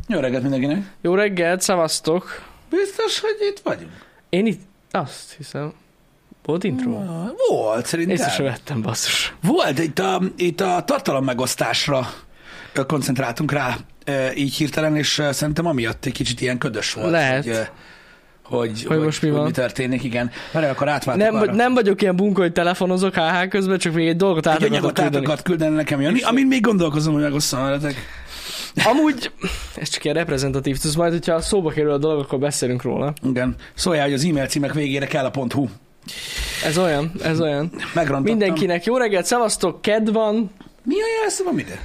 Jó reggelt mindenkinek. Jó reggelt, szevasztok. Biztos, hogy itt vagyunk? Én itt azt hiszem, volt intro? Volt, szerintem. Észre sem vettem, basszus. Volt, itt a tartalommegosztásra koncentráltunk rá így hirtelen, és szerintem amiatt egy kicsit ilyen ködös volt. Lehet. Hogy most mi van? mi történik, igen. Mert akkor átváltok arra. Nem vagyok ilyen bunkó, hogy telefonozok HH közben, csak még egy dolgot át akarok küldeni nekem, Jani, amin még gondolkozom, hogy megosztom veletek. Amúgy, ez csak ilyen reprezentatív, tudsz majd, hogyha szóba kerül a dolog, akkor beszélünk róla. Igen. Szóljál, hogy az e-mail címek végére kell a .hu. Ez olyan. Megrontottam. Mindenkinek jó reggelt, szevasztok, kedv van. Mi a jelszó van ide?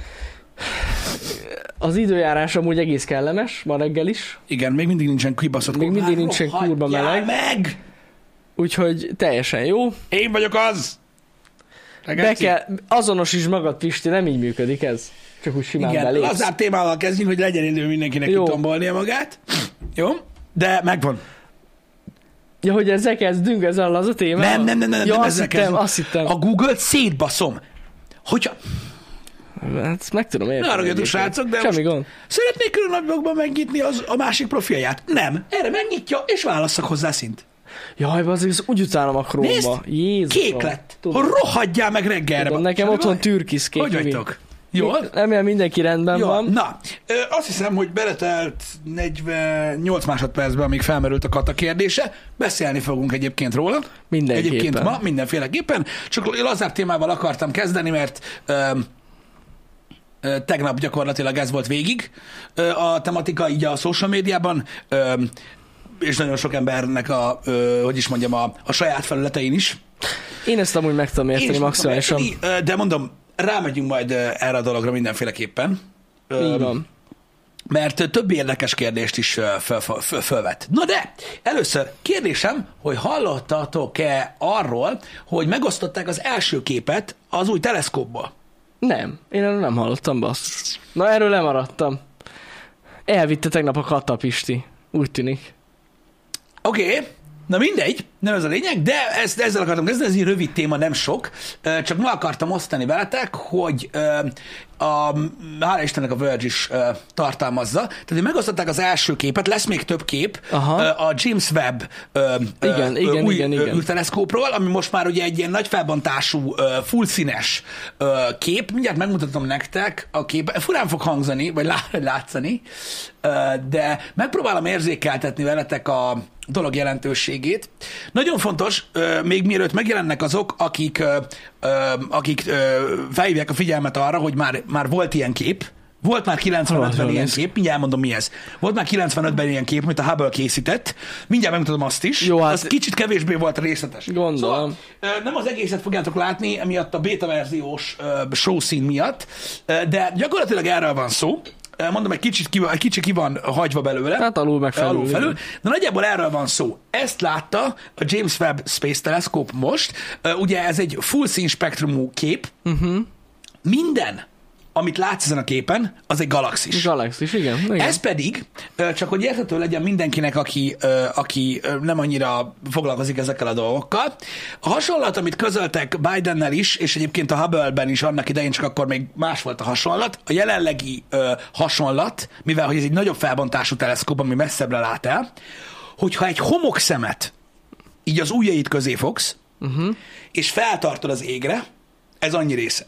Az időjárás amúgy egész kellemes, ma reggel is. Igen, még mindig nincsen kibaszott. Még mindig nincsen kurva meleg. Meg! Úgyhogy teljesen jó. Én vagyok az! Be kell, azonosíts magad, Pisti, nem így működik ez. Csak úgy simán igen, belépsz. lazább témával kezdjünk, hogy legyen idő mindenkinek kitombolnia magát. Jó? De megvan. Ja, hogy ezzel kezdünk, ezzel az a témával? Nem, ja, azt hittem. A Google-t szétbaszom. Hogyha... Hát meg tudom érteni. Ne arra srácok, de semmi gond. Szeretnék külön megnyitni a másik profilját? Nem. Erre megnyitja, és válasszak hozzá szint. Jaj, az úgy utálom a Chrome-ba. Jézusom. Kék lett. Rohadjál meg reggelre. Tudom, nekem otthon türkisz kék. Hogy vagytok? Jól? Remélem mindenki rendben van. Na, azt hiszem, hogy beletelt 48 másodpercben, amíg felmerült a Kata kérdése. Beszélni fogunk egyébként róla. Mindenképpen. Egyébként ma, mindenféleképpen. Csak lazább témával akartam kezdeni, mert tegnap gyakorlatilag ez volt végig a tematika így a social médiában, és nagyon sok embernek a saját felületein is. Én ezt amúgy meg tudom érteni maximálisan. De mondom, rámegyünk majd erre a dologra mindenféleképpen. Így van. Mert több érdekes kérdést is fölvet. Na de, először kérdésem, hogy hallottatok-e arról, hogy megosztották az első képet az új teleszkópból? Nem, én erről nem hallottam, basszus. Na, erről lemaradtam. Elvitte tegnap a Kata, Pisti. Úgy tűnik. Oké. Na mindegy, nem ez a lényeg, de ezzel akartam kezdeni, ez egy rövid téma, nem sok. Csak ma akartam osztani veletek, hogy hála Istennek a Verge is tartalmazza. Tehát, hogy megosztották az első képet, lesz még több kép a James Webb új űrteleszkópról, ami most már ugye egy ilyen nagy felbontású, full színes kép. Mindjárt megmutatom nektek a képet. Furán fog hangzani, vagy látszani, de megpróbálom érzékeltetni veletek a dolog jelentőségét. Nagyon fontos, még mielőtt megjelennek azok, akik felhívják a figyelmet arra, hogy már volt ilyen kép, volt már 95-ben ilyen kép, mindjárt mondom mi ez. Volt már 95-ben ilyen kép, amit a Hubble készített, mindjárt megmutatom azt is. Jó, hát az kicsit kevésbé volt részletes. Gondolom. Szóval, nem az egészet fogjátok látni, emiatt a beta verziós showszín miatt, de gyakorlatilag erről van szó. Mondom, egy kicsit ki van hagyva belőle. Hát alul meg felül. De nagyjából erről van szó. Ezt látta a James Webb Space Telescope most. Ugye ez egy full szín spektrumú kép. Minden, amit látsz ezen a képen, az egy galaxis. Galaxis, igen. Ez pedig, csak hogy érthető legyen mindenkinek, aki nem annyira foglalkozik ezekkel a dolgokkal. A hasonlat, amit közöltek Bidennel is, és egyébként a Hubble-ben is annak idején, csak akkor még más volt a hasonlat. A jelenlegi hasonlat, mivel hogy ez egy nagyobb felbontású teleszkóp, ami messzebbre lát el, hogyha egy homokszemet így az ujjaid közé fogsz, és feltartod az égre, ez annyi része.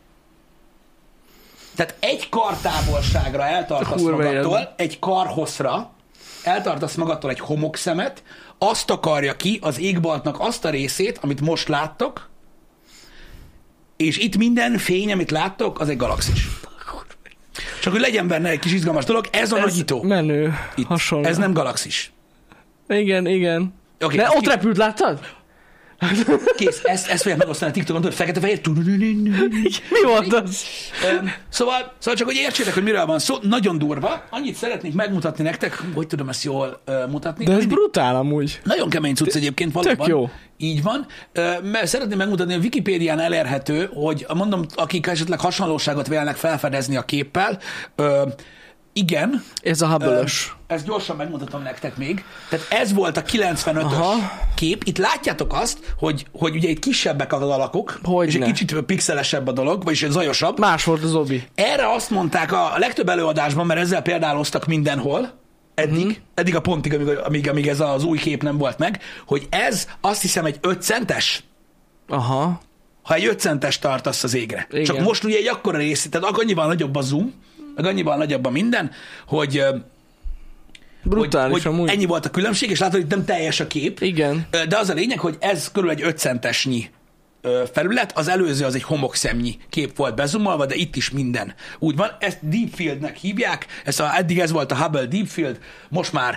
Tehát egy kartávolságra eltartasz magadtól, egy karhosszra eltartasz magadtól egy homokszemet, azt akarja ki az égboltnak azt a részét, amit most láttok, és itt minden fény, amit láttok, az egy galaxis. Csak hogy legyen benne egy kis izgalmas dolog, ez a nagyító. Menő, itt. hasonló. Ez nem galaxis. Igen. Okay, de ott repült, láttad? Kész, ezt fogják megosztani a TikTokon, tudod, fekete-fehér. Mi volt az? Szóval csak, hogy értsétek, hogy miről van szó, nagyon durva. Annyit szeretnék megmutatni nektek, hogy tudom ezt jól mutatni. De ez brutál amúgy. Nagyon kemény cucc egyébként valóban. Tök jó. Így van. Mert szeretném megmutatni, a Wikipédián elérhető, hogy mondom, akik esetleg hasonlóságot vélnek felfedezni a képpel, Igen. Ez a Hubble-ös. Ezt gyorsan megmutatom nektek még. Tehát ez volt a 95-ös kép. Itt látjátok azt, hogy ugye itt kisebbek az alakok, és egy kicsit pixelesebb a dolog, vagyis zajosabb. Más volt az obi. Erre azt mondták a legtöbb előadásban, mert ezzel példáloztak mindenhol, eddig a pontig, amíg ez az új kép nem volt meg, hogy ez azt hiszem egy 5 centes. Aha. Ha egy 5 centes tartasz az égre. Igen. Csak most ugye egy akkora rész, tehát annyival nagyobb a zoom, meg annyival nagyobb a minden, hogy brutális amúgy. Ennyi volt a különbség, és látod, hogy nem teljes a kép. Igen. De az a lényeg, hogy ez körül egy 5 centesnyi felület, az előző az egy homokszemnyi kép volt bezumolva, de itt is minden úgy van. Ezt Deep Fieldnek hívják, eddig ez volt a Hubble Deep Field, most már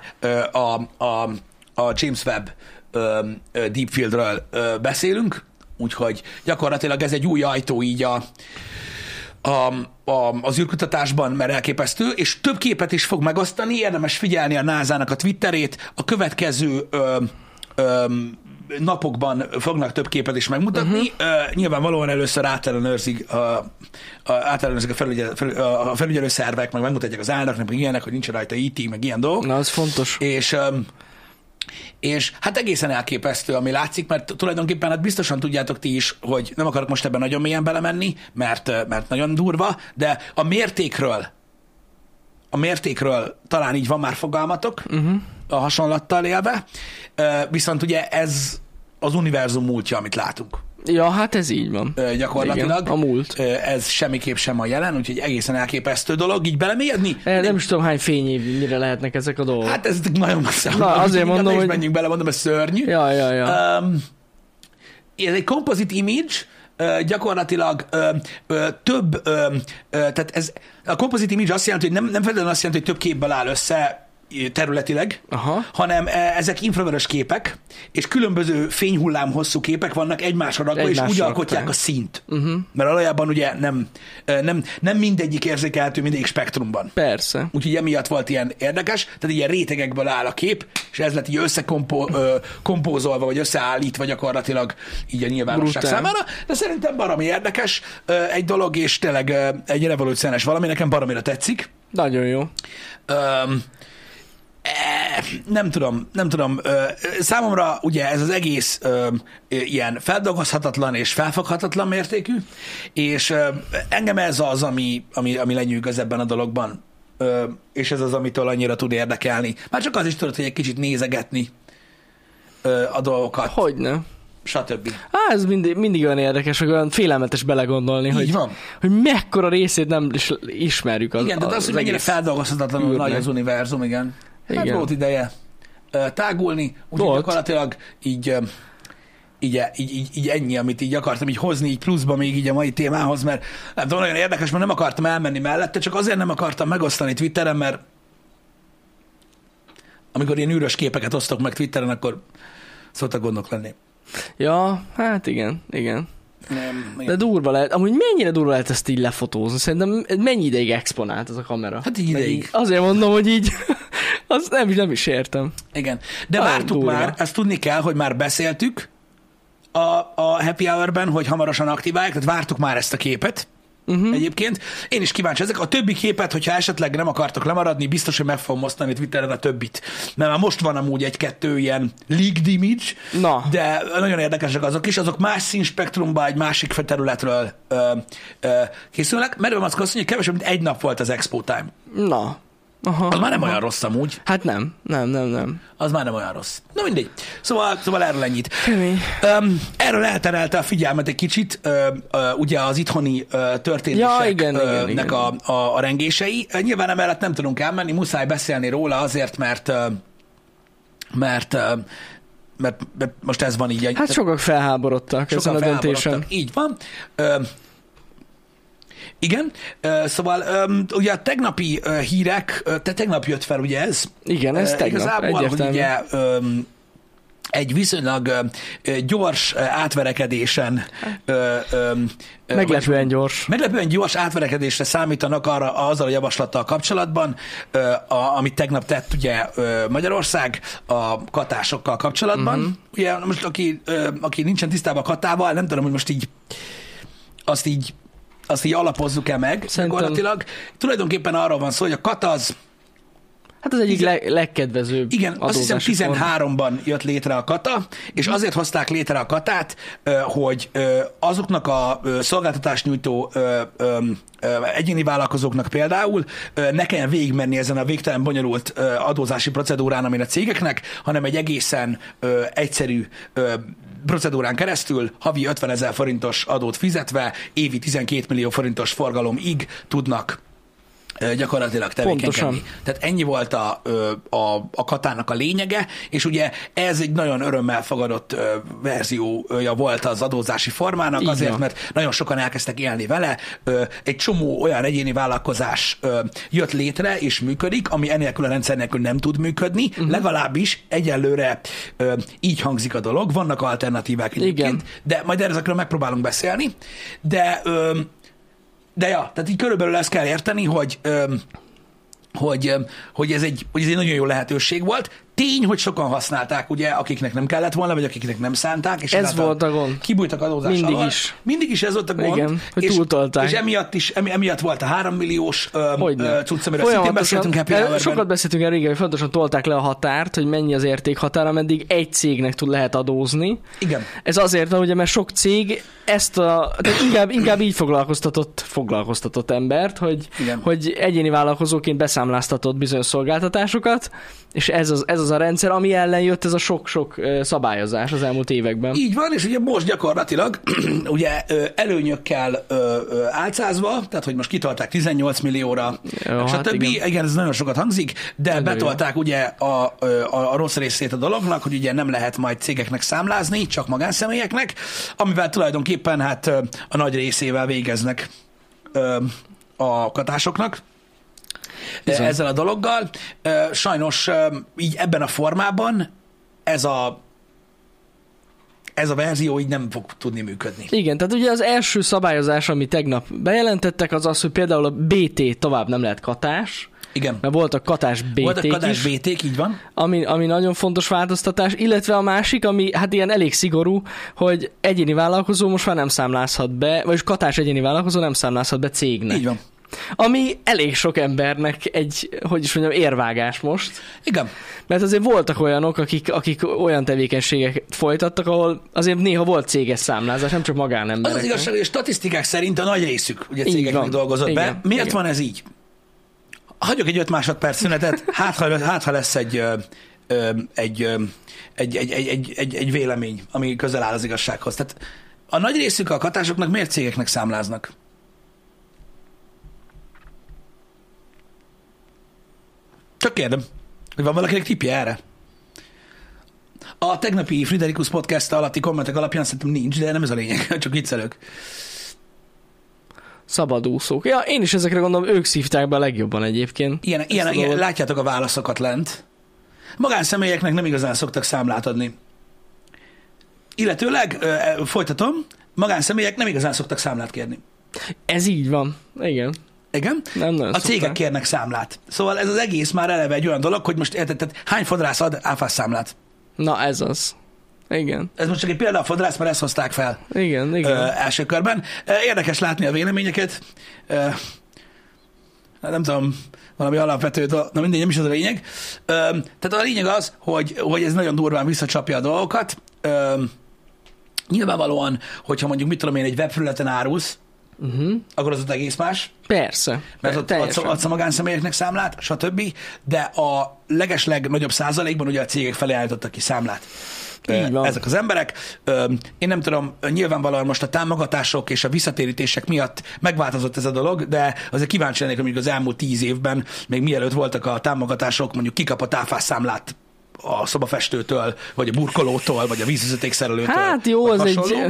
a James Webb Deep Fieldről beszélünk, úgyhogy gyakorlatilag ez egy új ajtó így az űrkutatásban, mert elképesztő, és több képet is fog megosztani, érdemes figyelni a NASA-nak a Twitterét, a következő napokban fognak több képet is megmutatni. Nyilvánvalóan először átellenőrzik a felügyelő szervek, meg megmutatják az állnak, meg ilyenek, hogy nincs rajta IT, meg ilyen dolgok. Na, az fontos. És hát egészen elképesztő, ami látszik, mert tulajdonképpen hát biztosan tudjátok ti is, hogy nem akarok most ebben nagyon mélyen belemenni, mert nagyon durva, de a mértékről talán így van már fogalmatok, a hasonlattal élve, viszont ugye ez az univerzum múltja, amit látunk. Ja, hát ez így van. Gyakorlatilag. Igen, a múlt. Ez semmiképp sem a jelen, úgyhogy egészen elképesztő dolog. Így belemélyedni? Nem is tudom, hány fényévnyire lehetnek ezek a dolgok. Hát ez nagyon messze. Na, azért mondom, hogy... menjünk bele, mondom, ez szörnyű. Ja. Ez egy composite image, gyakorlatilag több, tehát ez a composite image azt jelenti, hogy nem feltétlenül azt jelenti, hogy több képből áll össze területileg, hanem ezek infravörös képek, és különböző fényhullám hosszú képek vannak egymásra rakva, és úgy alkotják a színt. Mert valójában ugye nem mindegyik érzékelhető mindegyik spektrumban. Persze. Úgyhogy emiatt volt ilyen érdekes, tehát ilyen rétegekből áll a kép, és ez lett így összekompózolva, vagy összeállítva gyakorlatilag így a nyilvánosság számára, de szerintem baromi érdekes egy dolog, és tényleg egy revolúciós valami, nekem baromira tetszik. Nagyon jó. Nem tudom. Számomra ugye ez az egész ilyen feldolgozhatatlan és felfoghatatlan mértékű, és engem ez az, ami lenyűgöz ebben a dologban, és ez az, amitől annyira tud érdekelni. Már csak az is tudod, hogy egy kicsit nézegetni a dolgokat. Hogyne. Stb. Ez mindig olyan érdekes, hogy olyan félelmetes belegondolni, hogy mekkora részét nem ismerjük. Igen, de az, hogy mennyire feldolgozhatatlanul nagy az univerzum, igen. Hát volt ideje tágulni, úgyhogy gyakorlatilag így ennyi, amit így akartam így hozni így pluszba még így a mai témához, mert nem tudom, nagyon érdekes, mert nem akartam elmenni mellette, csak azért nem akartam megosztani Twitteren, mert amikor ilyen űrös képeket osztok meg Twitteren, akkor szoktak gondok lenni. Ja, hát igen. Nem. De durva lehet. Amúgy mennyire durva lehet ezt így lefotózni? Szerintem mennyi ideig exponált ez a kamera? Hát így ideig. Azért mondom, hogy így azt nem is értem. Igen. De vártuk már, ezt tudni kell, hogy már beszéltük a Happy Hour-ben, hogy hamarosan aktiválják, tehát vártuk már ezt a képet. Egyébként. Én is kíváncsi ezek. A többi képet, hogyha esetleg nem akartok lemaradni, biztos, hogy meg fogom osztani Twitteren a többit. Mert már most van amúgy egy-kettő ilyen leaked image, de nagyon érdekesek azok is. Azok más színspektrumban, egy másik területről készülnek. Merőm azt mondja, hogy kevesebb, mint egy nap volt az Expo Time. Na. Az már nem olyan rossz amúgy. Hát nem. Az már nem olyan rossz. Na mindegy. Szóval erről ennyit. Kemény. Erről elterelte a figyelmet egy kicsit, ugye az itthoni történéseknek a rengései. Nyilván emellett nem tudunk elmenni, muszáj beszélni róla azért, mert most ez van így. Hát sokak felháborodtak ezen a döntésen. Így van. Igen, szóval ugye a tegnapi hírek, tegnap jött fel ugye ez. Igen, ez tegnap, igazából, egyértelmű. Hogy ugye egy viszonylag gyors átverekedésen meglepően gyors. Meglepően gyors átverekedésre számítanak azzal a javaslattal kapcsolatban, amit tegnap tett ugye Magyarország a katásokkal kapcsolatban. Ugye most aki nincsen tisztában a katával, nem tudom, hogy most így azt így azt így alapozzuk-e meg gyakorlatilag. Tulajdonképpen arról van szó, hogy a kata az... Hát az egyik legkedvezőbb. Igen, azt hiszem 13-ban jött létre a kata, és azért hozták létre a katát, hogy azoknak a szolgáltatásnyújtó egyéni vállalkozóknak például ne kelljen végigmenni ezen a végtelen bonyolult adózási procedúrán, amin a cégeknek, hanem egy egészen egyszerű procedúrán keresztül havi 50 000 forintos adót fizetve, évi 12 millió forintos forgalomig tudnak gyakorlatilag tevékenykedni. Tehát ennyi volt a katának a lényege, és ugye ez egy nagyon örömmel fogadott verziója volt az adózási formának, így azért, mert nagyon sokan elkezdtek élni vele. Egy csomó olyan egyéni vállalkozás jött létre, és működik, ami enélkül a rendszer nélkül nem tud működni, legalábbis egyelőre így hangzik a dolog, vannak alternatívák egyébként, de majd ezekről megpróbálunk beszélni, de ja, tehát így körülbelül ezt kell érteni, hogy ez egy nagyon jó lehetőség volt. Tény, hogy sokan használták, ugye, akiknek nem kellett volna, vagy akiknek nem szánták. És ez volt a gond. Kibújtak adózás alól. Mindig is ez volt a gond. Igen, hogy túltolták. És emiatt volt a 3 milliós cucc, amiről szintén beszéltünk Happy Hour-ben. Sokat beszéltünk erről, hogy fontosan tolták le a határt, hogy mennyi az értékhatár, ameddig egy cégnek lehet adózni. Igen. Ez azért, ugye, mert sok cég inkább így foglalkoztatott embert, hogy egyéni vállalkozóként beszámláztatott bizonyos szolgáltatásokat, és ez az a rendszer, ami ellen jött ez a sok-sok szabályozás az elmúlt években. Így van, és ugye most gyakorlatilag ugye előnyökkel álcázva, tehát hogy most kitolták 18 millióra, stb. Hát igen, ez nagyon sokat hangzik, de betolták ugye a rossz részét a dolognak, hogy ugye nem lehet majd cégeknek számlázni, csak magánszemélyeknek, amivel tulajdonképpen hát a nagy részével végeznek a katásoknak. Bizony. Ezzel a dologgal. Sajnos így ebben a formában ez a verzió így nem fog tudni működni. Igen, tehát ugye az első szabályozás, ami tegnap bejelentettek, az, hogy például a BT tovább nem lehet katás. Igen. Mert voltak katás BT-k voltak katás BT-k, így van. Ami nagyon fontos változtatás, illetve a másik, ami hát ilyen elég szigorú, hogy egyéni vállalkozó most már nem számlázhat be, vagyis katás egyéni vállalkozó nem számlázhat be cégnek. Így van. Ami elég sok embernek egy, érvágás most. Igen. Mert azért voltak olyanok, akik olyan tevékenységeket folytattak, ahol azért néha volt céges számlázás, nem csak magánemberek. Az igazság, hogy a statisztikák szerint a nagy részük ugye cégeknek dolgozott be. Miért van ez így? Hagyok egy 5 másodperc szünetet, hát ha lesz egy vélemény, ami közel áll az igazsághoz. Tehát a nagy részük a katásoknak miért cégeknek számláznak? Csak kérdem, hogy van valakinek tippje erre? A tegnapi Friderikus podcast alatti kommentek alapján szerintem nincs, de nem ez a lényeg, csak viccelők. Szabadúszók. Ja, én is ezekre gondolom, ők szívták be a legjobban egyébként. Ilyen, látjátok a válaszokat lent. Magánszemélyeknek nem igazán szoktak számlát adni. Illetőleg, folytatom, magánszemélyek nem igazán szoktak számlát kérni. Ez így van, igen. Igen? A cégek kérnek számlát. Szóval ez az egész már eleve egy olyan dolog, hogy most érted, hány fodrász ad áfás számlát? Na ez az. Igen. Ez most csak egy példa a fodrász, mert ezt hozták fel. Igen. Első körben. Érdekes látni a véleményeket. Nem tudom, valami alapvető, na mindegy, nem is az a lényeg. Tehát a lényeg az, hogy ez nagyon durván visszacsapja a dolgokat. Nyilvánvalóan, hogyha mondjuk, mit tudom én, egy webfelületen árulsz, akkor az ott egész más. Persze. Mert ott adsz a magánszemélyeknek számlát, stb. De a legeslegnagyobb százalékban ugye a cégek felé állítottak ki számlát. Ezek az emberek. Én nem tudom, nyilvánvalóan most a támogatások és a visszatérítések miatt megváltozott ez a dolog, de azért kíváncsi lennék, hogy az elmúlt 10 évben, még mielőtt voltak a támogatások, mondjuk kikapott áfás számlát a szobafestőtől, vagy a burkolótól, vagy a vízvezetékszerelőtől. Hát jó, az hasonló,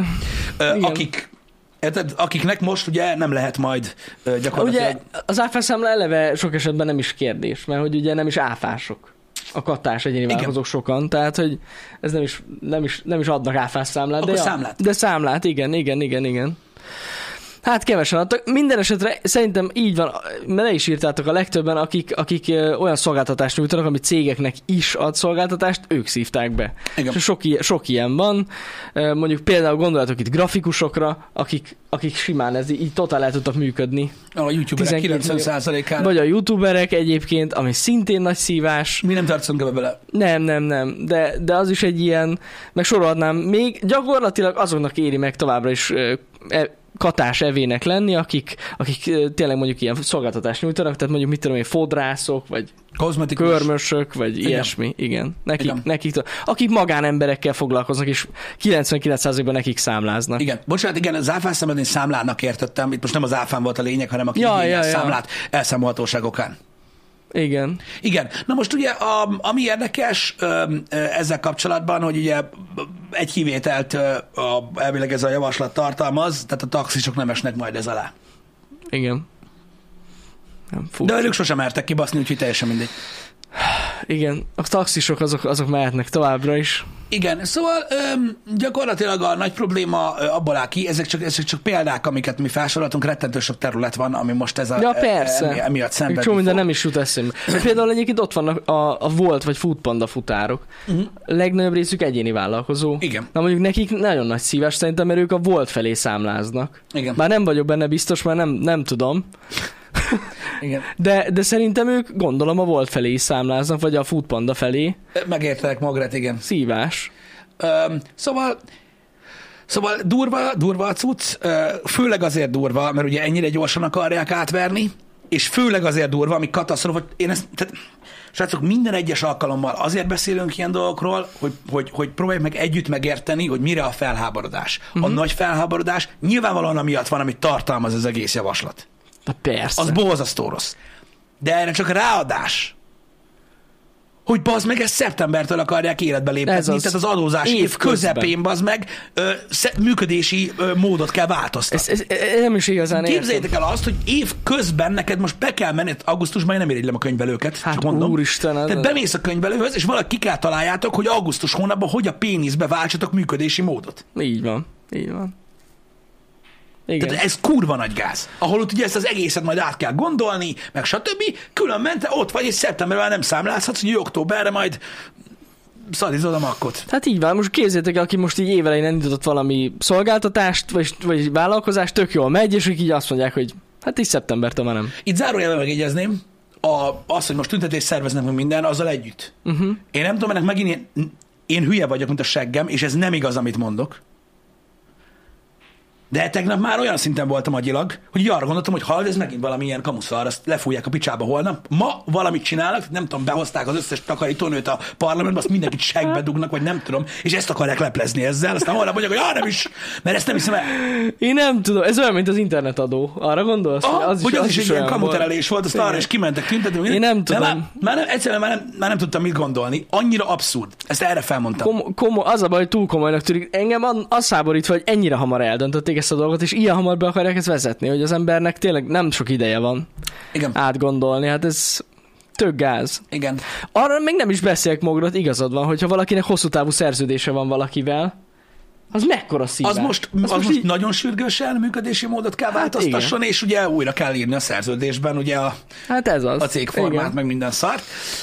akiknek most ugye nem lehet majd gyakorlatilag... Ugye az áfászámla eleve sok esetben nem is kérdés, mert hogy ugye nem is áfások a katás egyéni vállalkozók sokan, tehát hogy ez nem is adnak áfásszámlát. Akkor számlát. De számlát, igen. Hát kevesen adtak. Minden esetre szerintem így van, mert le is írtátok a legtöbben, akik olyan szolgáltatást nyújtanak, ami cégeknek is ad szolgáltatást, ők szívták be. Igen. És sok ilyen van. Mondjuk például gondoljatok itt grafikusokra, akik simán ez így totál el tudtak működni. A youtuberek 90%-án. Vagy a youtuberek egyébként, ami szintén nagy szívás. Mi nem tartozunk ebbe bele. Nem. De az is egy ilyen, meg sorolhatnám, még gyakorlatilag azoknak éri meg továbbra is katás evének lenni, akik tényleg mondjuk ilyen szolgáltatást nyújtanak, tehát mondjuk mit tudom én, fodrászok, vagy körmösök, vagy igen. Ilyesmi. Igen. Nekik, akik magánemberekkel foglalkoznak, és 99%-ban nekik számláznak. Igen. Bocsánat, igen, az áfán szemben én számlának értettem, itt most nem az áfán volt a lényeg, hanem aki számlát elszámolhatóságokán. Igen. Igen. Na most ugye, ami érdekes ezzel kapcsolatban, hogy ugye egy kivételt elvileg ez a javaslat tartalmaz, tehát a taxisok nem esnek majd ez alá. Igen. De ők sosem mertek kibaszni, úgyhogy teljesen mindegy. Igen, a taxisok azok mehetnek továbbra is. Igen, szóval gyakorlatilag a nagy probléma abból áll ki, ezek csak példák, amiket mi felsoroltunk, rettentő sok terület van, ami most ez emiatt szenvedni fog. Minden nem is jut eszembe. Például egyébként ott vannak a Volt vagy Foodpanda futárok. Legnagyobb részük egyéni vállalkozó. Igen. Na mondjuk nekik nagyon nagy szívás szerintem, mert ők a Volt felé számláznak. Igen. Bár nem vagyok benne biztos, mert nem tudom. Igen. De szerintem ők gondolom a Volt felé is számláznak, vagy a Foodpanda felé. Megértelek magát, igen. Szívás. Szóval durva a cucc, főleg azért durva, mert ugye ennyire gyorsan akarják átverni, és főleg azért durva, ami katasztrófa. Srácok, minden egyes alkalommal azért beszélünk ilyen dolgokról, hogy próbáljuk meg együtt megérteni, hogy mire a felháborodás. A nagy felháborodás nyilvánvalóan amiatt van, amit tartalmaz az egész javaslat. Na persze. Az borzasztó rossz. De erre csak ráadás, hogy bazd meg, ezt szeptembertől akarják életbe léptetni, tehát az adózás év közepén bazd meg működési módot kell változtatni. Ez nem is igazán értem. Képzeljétek el azt, hogy év közben neked most be kell menni, augusztusban én nem irigylem a könyvelőket, hát csak mondom. Úristen. Tehát bemész a könyvelőhöz, és valaki ki kell találjátok, hogy augusztus hónapban hogy a péniszbe váltsatok működési módot. Így van. Igen. Tehát ez kurva nagy gáz. Ahol ott ugye ezt az egészet majd át kell gondolni, meg stb. Különben te ott vagy, és szeptemberben nem számlázhatsz, hogy októberre majd szadizod a makkot. Hát így van, most képzeljétek, aki most így évelején indított valami szolgáltatást, vagy vállalkozást, tök jól megy, és így azt mondják, hogy hát így szeptembertől már nem. Itt zárójelben megjegyezném, az, hogy most tüntetést szerveznek meg minden, azzal együtt. Én nem tudom, ennek megint én hülye vagyok, mint a seggem, és ez nem igaz, amit mondok. De tegnap már olyan szinten voltam agyilag, hogy arra gondoltam, hogy hallod, ez megint valamilyen kamuszar, azt lefújják a picsába holnap. Ma valamit csinálnak, nem tudom, behozták az összes takarítónőt a parlamentbe, azt mindenkit segbe dugnak, vagy nem tudom, és ezt akarják leplezni ezzel, aztán holnap mondják, hogy nem is, mert ezt nem hiszem el. Én nem tudom, ez olyan, mint az internetadó. Arra gondolsz? Az is egy ilyen kamuterelés volt, azt arra is kimentek tüntetni. Én nem tudom. Egyszerűen már nem tudtam mit gondolni. Annyira abszurd. Ezt erre felmondtam. Az a baj, hogy túl komolynak tűnik. Engem az száborít, hogy ennyire hamar eldöntötték ezt a dolgot, és ilyen hamar be akarják ezt vezetni, hogy az embernek tényleg nem sok ideje van átgondolni. Hát ez tök gáz. Igen. Arra még nem is beszélek magad, igazad van, hogyha valakinek hosszú távú szerződése van valakivel, az mekkora szívás. Az most nagyon sürgősen működési módot kell változtasson, és ugye újra kell írni a szerződésben ugye a cégformát, meg minden szart.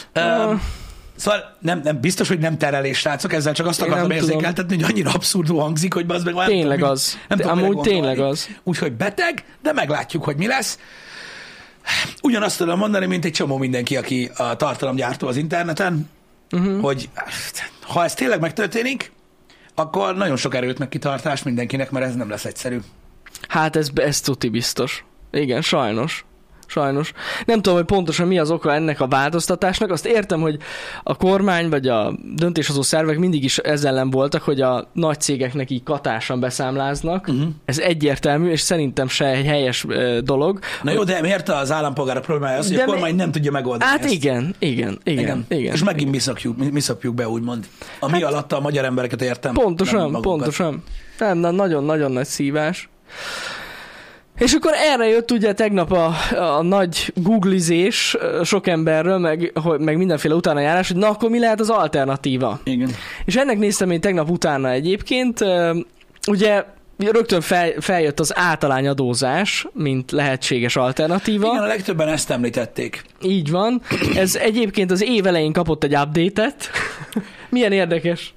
Szóval nem biztos, hogy nem terelés, srácok, ezzel csak azt akartam érzékeltetni, hogy annyira abszurdul hangzik, hogy az meg már tényleg az. Amúgy tényleg az. Úgyhogy beteg, de meglátjuk, hogy mi lesz. Ugyanazt tudom mondani, mint egy csomó mindenki, aki a tartalomgyártó az interneten, hogy ha ez tényleg megtörténik, akkor nagyon sok erőt meg kitartás mindenkinek, mert ez nem lesz egyszerű. Hát ez tuti biztos. Igen, sajnos. Nem tudom, hogy pontosan mi az oka ennek a változtatásnak. Azt értem, hogy a kormány vagy a döntéshozó szervek mindig is ezzel ellen voltak, hogy a nagy cégeknek így katásan beszámláznak. Ez egyértelmű, és szerintem se egy helyes dolog. Na jó, de miért az állampolgárok problémája az, hogy a kormány nem tudja megoldani ezt? Igen. És megint mi szopjuk be, úgymond. Mi alatt a magyar embereket értem. Pontosan. Nem, nagyon-nagyon nagy szívás. És akkor erre jött ugye tegnap a nagy googlizés sok emberről, meg mindenféle utánajárás, hogy na akkor mi lehet az alternatíva. Igen. És ennek néztem én tegnap utána egyébként, ugye rögtön feljött az általányadózás, mint lehetséges alternatíva. Igen, a legtöbben ezt említették. Így van. Ez egyébként az év elején kapott egy update-et. Milyen érdekes.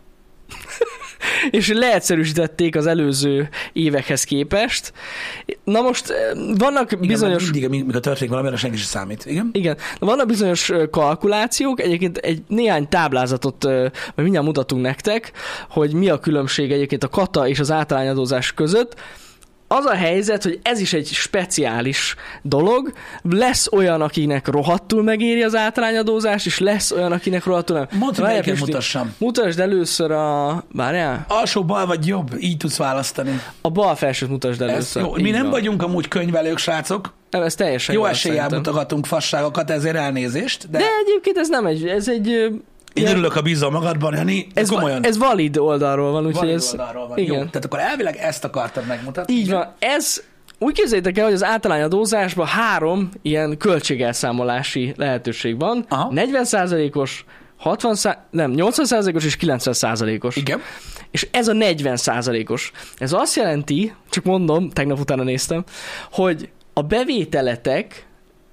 És leegyszerűsítették az előző évekhez képest. Na most vannak bizonyos... Igen, mindig, történik valami, arra senki sem számít. Igen? Igen. Vannak bizonyos kalkulációk, egyébként néhány táblázatot majd mindjárt mutatunk nektek, hogy mi a különbség egyébként a kata és az általányadózás között. Az a helyzet, hogy ez is egy speciális dolog, lesz olyan, akinek rohadtul megéri az általányadózás, és lesz olyan, akinek rohadtul nem. Mondd, hogy melyiket mutassam. Mutasd először Várjál? Alsó bal vagy jobb, így tudsz választani. A bal felsőt mutasd először. Jó, mi nem vagyunk amúgy könyvelők, srácok. Nem, ez teljesen jó eséllyel mutogatunk fasságokat, ezért elnézést. De egyébként ez egy... Én örülök, ha bízol magadban, Jani. Ez valid oldalról van, úgyhogy ez... Oldalról van. Igen. Jó, tehát akkor elvileg ezt akartad megmutatni. Így van. Ez... Úgy képzeljétek el, hogy az általányadózásban 3 ilyen költségelszámolási lehetőség van. Aha. 40%-os, 80%-os és 90%-os. Igen. És ez a 40%-os. Ez azt jelenti, csak mondom, tegnap utána néztem, hogy a bevételetek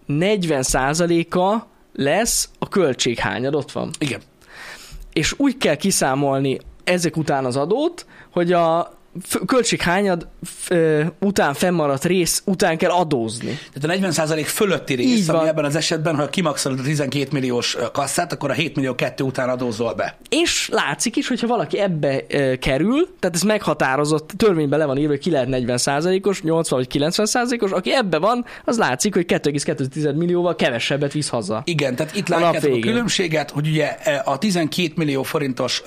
40%-a lesz a költséghányad, ott van. Igen. És úgy kell kiszámolni ezek után az adót, hogy a költséghányad után fennmaradt rész után kell adózni. Tehát a 40% fölötti rész, ami ebben az esetben, ha kimaxolod a 12 milliós kasszát, akkor a 7 millió 2 után adózol be. És látszik is, hogyha valaki ebbe kerül, tehát ez meghatározott, törvényben le van írva, hogy ki lehet 40%-os, 80 vagy 90%-os, aki ebbe van, az látszik, hogy 2,2 millióval kevesebbet visz haza. Igen, tehát itt látjátok a különbséget, hogy ugye a 12 millió forintos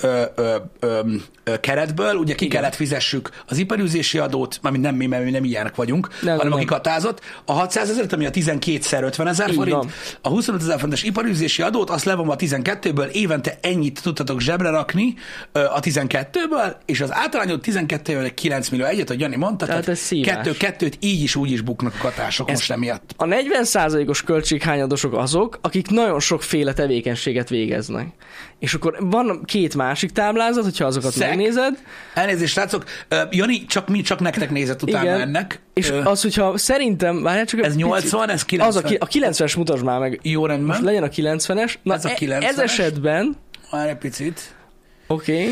keretből ugye ki kellett fizessük az iparűzési adót, mármint nem mi, mert mi nem ilyenek vagyunk, hanem aki katázott, a 600 000, ami a 12-szer 50 000 forint, a 25 000 forintos iparűzési adót, azt levonva a 12-ből, évente ennyit tudtatok zsebre rakni a 12-ből, és az általányod 12-ből 9 millió egyet, hogy Jani mondta, tehát kettőt így is úgy is buknak a katások most emiatt. A 40%-os költséghányadosok azok, akik nagyon sokféle tevékenységet végeznek. És akkor van 2 másik táblázat, hogyha azokat megnézed. Elnézést, srácok. Jani, csak nektek nézett utána ennek. És az, hogyha szerintem... Várjál, csak ez 80, ez 90. Az a 90-es mutasd már meg. Jó, rendben. Most legyen a 90-es. Na, ez a 90-es. Ez esetben... Már egy picit. Oké.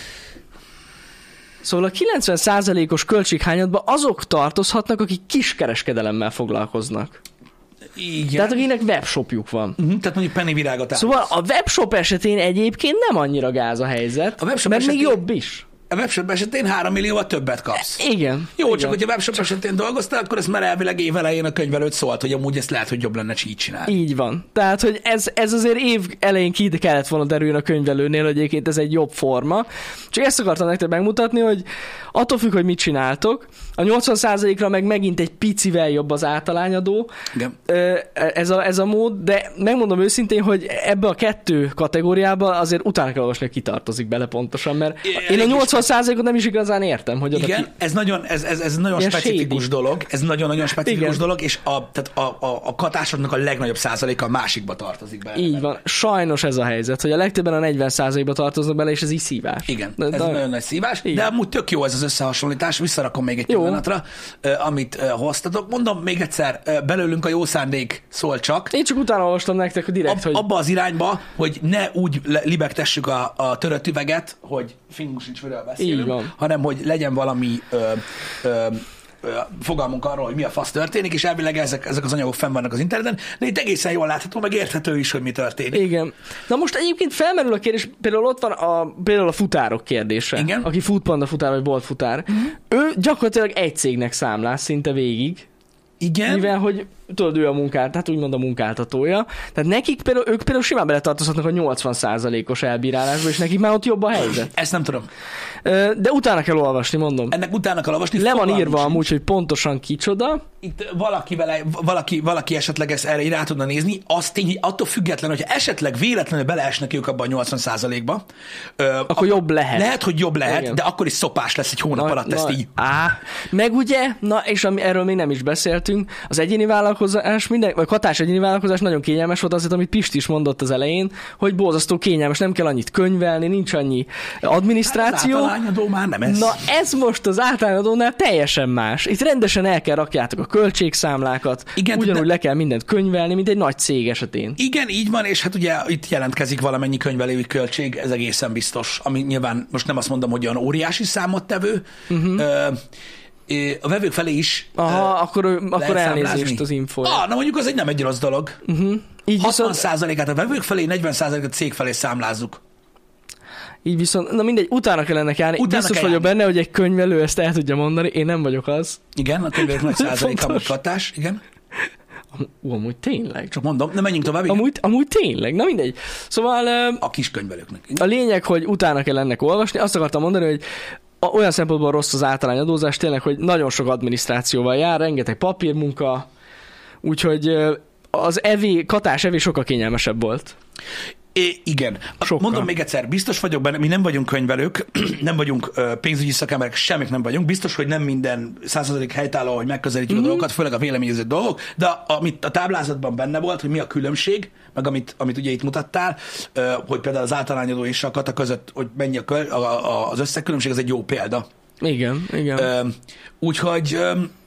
Szóval a 90%-os költséghányadban azok tartozhatnak, akik kiskereskedelemmel foglalkoznak. Igen. Tehát akinek webshopjuk van. Tehát mondjuk penny virágot állsz. Szóval a webshop esetén egyébként nem annyira gáz a helyzet, mert még jobb is. A webshop esetén 3 millióval többet kapsz. Igen. Jó, igen. Csak hogyha webshop esetén dolgoztál, akkor ez már elvileg év elején a könyvelőt szólt, hogy amúgy ezt lehet, hogy jobb lenne így csinálni. Így van. Tehát, hogy ez azért év elején ki kellett volna derülni a könyvelőnél, hogy egyébként ez egy jobb forma. Csak ezt akartam nektek megmutatni, hogy attól függ, hogy mit csináltok. A 80%-ra meg megint egy picivel jobb az általányadó. Igen. Ez a mód, de megmondom őszintén, hogy ebbe a 2 kategóriába azért utána kell olvasni, hogy kitartozik bele pontosan, mert én a 80%-ot nem is igazán értem, hogy oda igen, ez nagyon specifikus dolog, ez nagyon-nagyon specifikus dolog, és a katásoknak a legnagyobb százaléka a másikba tartozik bele. Így van. Sajnos ez a helyzet, hogy a legtöbben a 40%-ba tartoznak bele, és ez így szívás. Igen, ez nagyon nagy szívás, igen. De amúgy tök jó ez az összehasonlítás, visszarakom még egy pillanatra, amit hoztatok. Mondom még egyszer, belőlünk a jó szándék szól csak. Én csak utána olvastam nektek, hogy direkt, hogy... Abba az irányba, hogy ne úgy libegtessük a törött üveget, hogy fingunk sincs, miről beszélünk, hanem hogy legyen valami fogalmunk arról, hogy mi a fasz történik, és elvileg ezek az anyagok fenn vannak az interneten, de itt egészen jól látható, meg érthető is, hogy mi történik. Igen. Na most egyébként felmerül a kérdés, például ott van például a futárok kérdése. Igen. Aki Foodpanda futár, vagy Bolt futár. Ő gyakorlatilag egy cégnek számlál szinte végig. Igen. Mivel, hogy tudod, ő a tehát úgymond a munkáltatója. Tehát ők például simán beletartozhatnak a 80%-os elbírálásba, és nekik már ott jobb a helyzet. Ezt nem tudom. De utána kell olvasni, mondom. Ennek utána kell olvasni. Le van írva amúgy, hogy pontosan kicsoda, itt valaki esetleg ezt erre rá tudna nézni, az tény, hogy attól független, hogyha esetleg véletlenül beleesnek ők abban a 80%-ba, akkor jobb lehet. Lehet, hogy jobb lehet, igen. De akkor is szopás lesz egy hónap alatt ezt így. Meg ugye, és erről még nem is beszéltünk, az egyéni vállalkozás, vagy hatás egyéni vállalkozás nagyon kényelmes volt azért, amit Pisti is mondott az elején, hogy borzasztó kényelmes, nem kell annyit könyvelni, nincs annyi adminisztráció. Az általányadó már nem ez. Na ez most az általányadónál teljesen más. Itt rendesen el kell rakjátok a költségszámlákat, igen, ugyanúgy le kell mindent könyvelni, mint egy nagy cég esetén. Igen, így van, és hát ugye itt jelentkezik valamennyi könyvelői költség, ez egészen biztos, ami nyilván most nem azt mondom, hogy olyan óriási számottevő, a vevők felé is akkor elnézést az infója. Na mondjuk az nem egy rossz dolog. 60%-át a vevők felé, 40%-át a cég felé számlázzuk. Így viszont, na mindegy, utána kell ennek járni. Biztos vagyok benne, hogy egy könyvelő ezt el tudja mondani, én nem vagyok az. Igen, a könyvelők nagy százaléka vagy hatás, igen. Amúgy tényleg. Csak mondom, nem menjünk tovább. Amúgy tényleg, na mindegy. Szóval... A kis könyvelőknek. A lényeg, hogy utána kell ennek olvasni. Azt akartam mondani, hogy olyan szempontból rossz az általányadózás tényleg, hogy nagyon sok adminisztrációval jár, rengeteg papírmunka, úgyhogy az katás evé sokkal kényelmesebb volt. Igen. Mondom még egyszer, biztos vagyok benne, mi nem vagyunk könyvelők, nem vagyunk pénzügyi szakemberek, semmik nem vagyunk. Biztos, hogy nem minden 100% helytálló, hogy megközelítjük a dolgokat, főleg a véleményező dolgok, de amit a táblázatban benne volt, hogy mi a különbség, meg amit ugye itt mutattál, hogy például az általányadó és a kata között, hogy mennyi az összegkülönbség, ez egy jó példa. Igen. Úgyhogy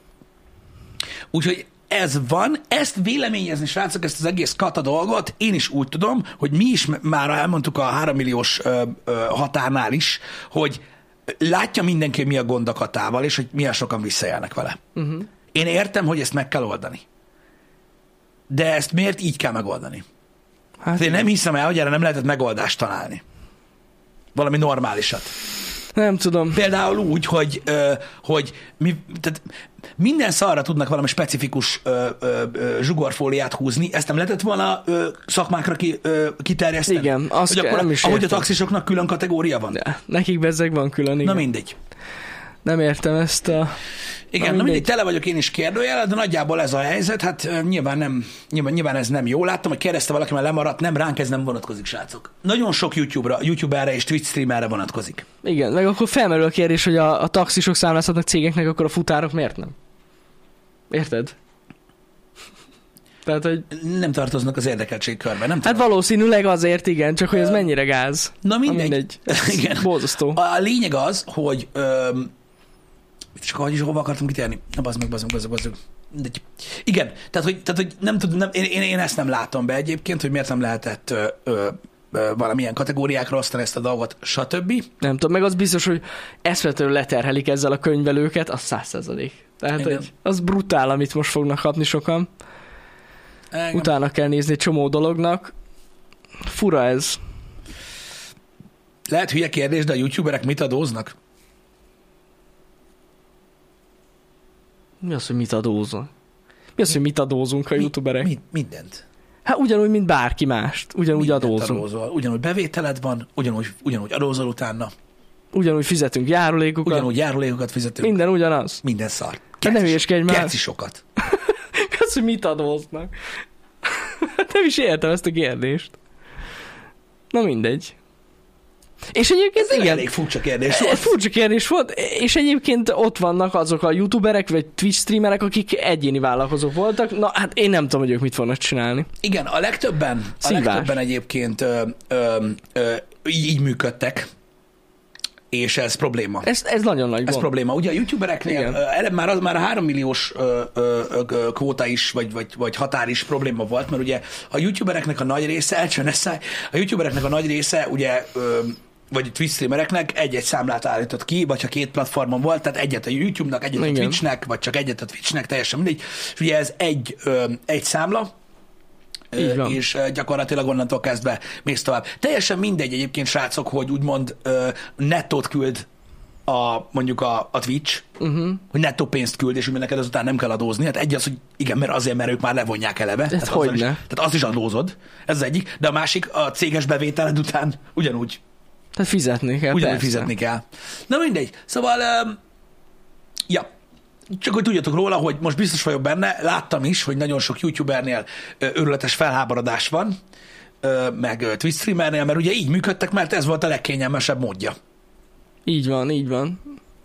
ez van, ezt véleményezni, srácok, ezt az egész kata dolgot, én is úgy tudom, hogy mi is már elmondtuk a 3 milliós határnál is, hogy látja mindenki, hogy mi a gond a katával, és hogy milyen sokan visszajelnek vele. Én értem, hogy ezt meg kell oldani. De ezt miért így kell megoldani? Hát én nem hiszem el, hogy erre nem lehetett megoldást találni. Valami normálisat. Nem tudom. Például úgy, hogy tehát minden szarra tudnak valami specifikus zsugorfóliát húzni, ezt nem lehetett volna szakmákra kiterjeszteni? Igen, azt hogy akkor, nem is ahogy a taxisoknak külön kategória van? De, nekik bezzeg van külön, igen. Na mindegy. Nem értem ezt a... Igen, na mindegy, tele vagyok én is kérdőjel, de nagyjából ez a helyzet, hát nyilván ez nem jó. Láttam, hogy kérdezte valaki, mert lemaradt, nem ránk ez nem vonatkozik, srácok. Nagyon sok YouTuberre és Twitch streamerre vonatkozik. Igen, meg akkor felmerül a kérdés, hogy a taxisok számlázhatnak cégeknek, akkor a futárok miért nem? Érted? Tehát, hogy... Nem tartoznak az érdekeltségkörbe, nem Hát valószínűleg azért, igen, csak hogy ez mennyire gáz. Na mindegy. Igen. Borzasztó. A lényeg az, hogy csak hova akartam kitérni? Na, bazd meg. Igen, tehát hogy nem tudom, én ezt nem látom be egyébként, hogy miért nem lehetett valamilyen kategóriákra osztani ezt a dolgot, stb. Nem tudom, meg az biztos, hogy eszvetlenül leterhelik ezzel a könyvelőket, az 100%. Tehát, hogy az brutál, amit most fognak kapni sokan. Igen. Utána kell nézni egy csomó dolognak. Fura ez. Lehet hülye kérdés, de a youtuberek mit adóznak? Mi az, hogy mit adózunk? Mi az, hogy mit adózunk a youtuberek? Mindent. Hát ugyanúgy, mint bárki mást. Ugyanúgy adózunk. Adózol. Ugyanúgy bevételed van, ugyanúgy adózol utána. Ugyanúgy fizetünk járulékokat. Ugyanúgy járulékokat fizetünk. Minden ugyanaz. Minden szar. Ne hülyeskedj már. Kecisokat. Az, hogy mit adóznak? Nem is értem ezt a kérdést. Na mindegy. És egyébként ez elég furcsa kérdés volt. Furcsa kérdés volt, és egyébként ott vannak azok a youtuberek, vagy Twitch streamerek, akik egyéni vállalkozók voltak. Na hát én nem tudom, hogy ők mit fognak csinálni. Igen, a legtöbben egyébként így működtek, és ez probléma. Ez nagyon nagy gond. Ez probléma. Ugye a youtubereknél már a 3 milliós kvóta is, vagy határ is probléma volt, mert ugye a youtubereknek a nagy része, a youtubereknek a nagy része ugye vagy Twitch streamereknek egy-egy számlát állított ki, vagy ha 2 platformon volt, tehát egyet a YouTube-nak, egyet a Twitchnek, vagy csak egyet a Twitchnek, teljesen mindegy. És ugye ez egy számla, és gyakorlatilag onnantól kezdve mész tovább. Teljesen mindegy egyébként, srácok, hogy úgymond nettót küld mondjuk a Twitch, hogy nettó pénzt küld, és hogy neked azután nem kell adózni. Hát egy az, hogy igen, mert ők már levonják eleve. Tehát azt is adózod. Ez az egyik. De a másik, a céges bevételed után ugyanúgy. Tehát fizetni kell. Ugyanúgy fizetni kell. Na mindegy. Szóval, csak hogy tudjatok róla, hogy most biztos vagyok benne, láttam is, hogy nagyon sok youtubernél őrületes felháborodás van, meg Twitch streamernél, mert ugye így működtek, mert ez volt a legkényelmesebb módja. Így van, így van.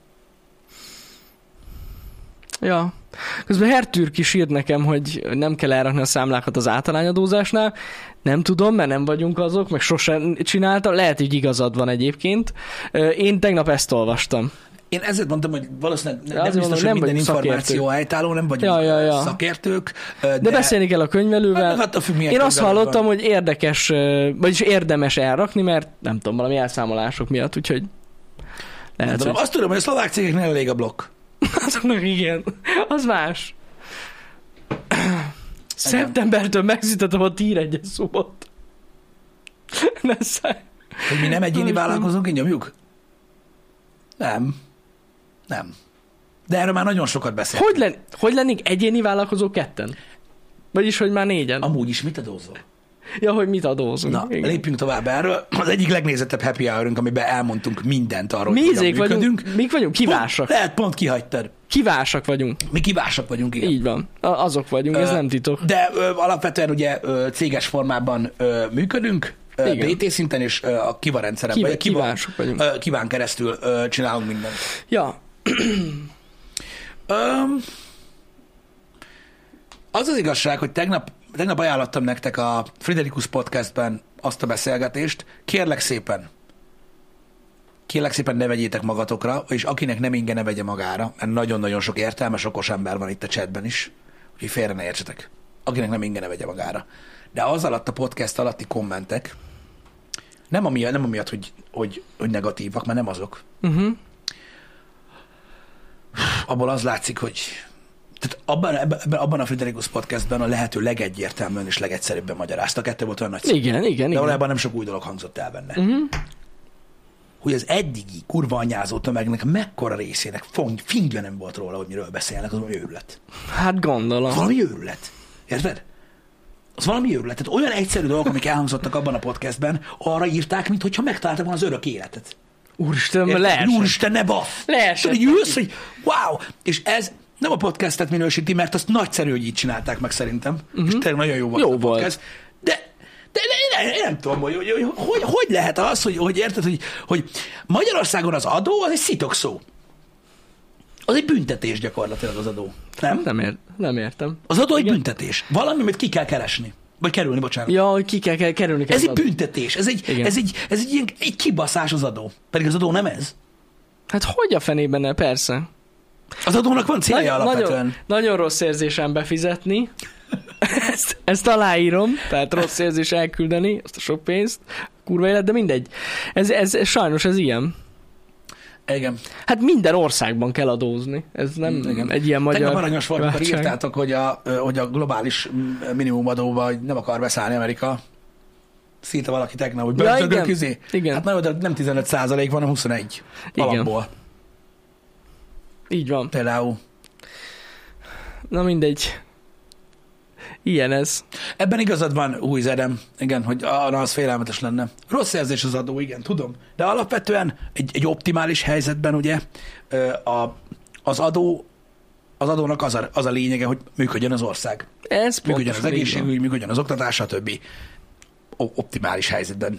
Ja. Közben Hertürk is írt nekem, hogy nem kell elrakni a számlákat az általányadózásnál. Nem tudom, mert nem vagyunk azok, meg sosem csináltam. Lehet, hogy igazad van egyébként. Én tegnap ezt olvastam. Én ezért mondtam, hogy valószínűleg nem biztos, mondom, hogy nem minden információ szakértők. helytálló, nem vagyunk szakértők. De beszélni kell a könyvelővel. Hát, én azt hallottam, hogy érdekes, vagyis érdemes elrakni, mert nem tudom, valami elszámolások miatt, úgyhogy lehet, hogy... Azt tudom, hogy a szlovák cégeknél elég a blokk. Azoknak igen. Az más. Szeptembertől megszüntetem a Tier 1-es szót. Hogy mi nem egyéni vállalkozónk, így nyomjuk? Nem. De erről már nagyon sokat beszéltünk. Hogy lennénk egyéni vállalkozók ketten? Vagyis, hogy már 4-en? Amúgy is mit adózol? Ja, hogy mit adózunk. Na, igen. Lépjünk tovább erről. Az egyik legnézettebb happy hour-ünk, amiben elmondtunk mindent arról, hogy hogyan működünk. Mik vagyunk? Kivásak. Pont kihagytad. Kivásak vagyunk. Mi kivásak vagyunk, igen. Így van. Azok vagyunk, ez nem titok. De alapvetően ugye céges formában működünk, BT szinten, és a Kiva rendszerben. Kivások vagyunk. Kiván keresztül csinálunk mindent. Ja. Az az igazság, hogy tegnap ajánlottam nektek a Friderikus podcastben azt a beszélgetést. Kérlek szépen ne vegyétek magatokra, és akinek nem inge, ne vegye magára, mert nagyon-nagyon sok értelmes, okos ember van itt a chatben is, úgyhogy félre ne értsetek. Akinek nem inge, ne vegye magára. De az alatt a podcast alatti kommentek, nem amiatt, hogy negatívak, mert nem azok. Uh-huh. Abból az látszik, hogy tehát abban a Friderikus podcastben a lehető legegyértelműen és legegyszerűbben magyarázta. Kettő volt olyan nagy Igen. De valójában nem sok új dolog hangzott el benne. Uh-huh. Hogy az eddigi kurva anyázó tömegnek mekkora részének fingja nem volt róla, hogy miről beszélnek, az valami őrület. Hát gondolom. Valami őrület. Érted? Az valami őrület. Tehát olyan egyszerű dolgok, amik elhangzottak abban a podcastben, arra írták, mintha megtaláltak volna az örök életet. Úristen, leesett. Úristen, ne basz! Leesett. Tudod, hogy ülsz, hogy wow! És ez nem a podcastet minősíti, mert azt nagyszerű, hogy így csinálták meg szerintem. Uh-huh. És tényleg nagyon jó volt a podcast. De én nem tudom, hogy lehet az, hogy érted, hogy Magyarországon az adó az egy szitokszó. Az egy büntetés gyakorlatilag az adó. Nem? Nem értem. Az adó egy büntetés. Valami, amit ki kell keresni. Vagy kerülni, bocsánat. Ja, hogy ki kell kerülni. Ez egy büntetés. Ez egy ilyen egy kibaszás az adó. Pedig az adó nem ez. Hát hogy a fenében, persze. Az adónak van célja alapvetően. Nagyon rossz érzésem befizetni. Ezt aláírom, tehát rossz érzés elküldeni, azt a sok pénzt, kurva élet, de mindegy. Ez sajnos ez ilyen. Igen. Hát minden országban kell adózni. Ez nem egy ilyen magyar... Tegnap aranyos volt, amikor írtátok, hogy a globális minimumadóba nem akar beszállni Amerika. Szírta valaki tegnap, hogy börtönök közé. Igen. Hát nem 15% van, hanem 21 alapból. Így van. Például. Na mindegy. Ilyen ez. Ebben igazad van, Új Edem, igen, hogy az félelmetes lenne. Rossz érzés az adó, igen, tudom. De alapvetően egy optimális helyzetben ugye az adónak az a lényege, hogy működjön az ország. Működjön az egészségügy, működjön az oktatás, stb. Optimális helyzetben.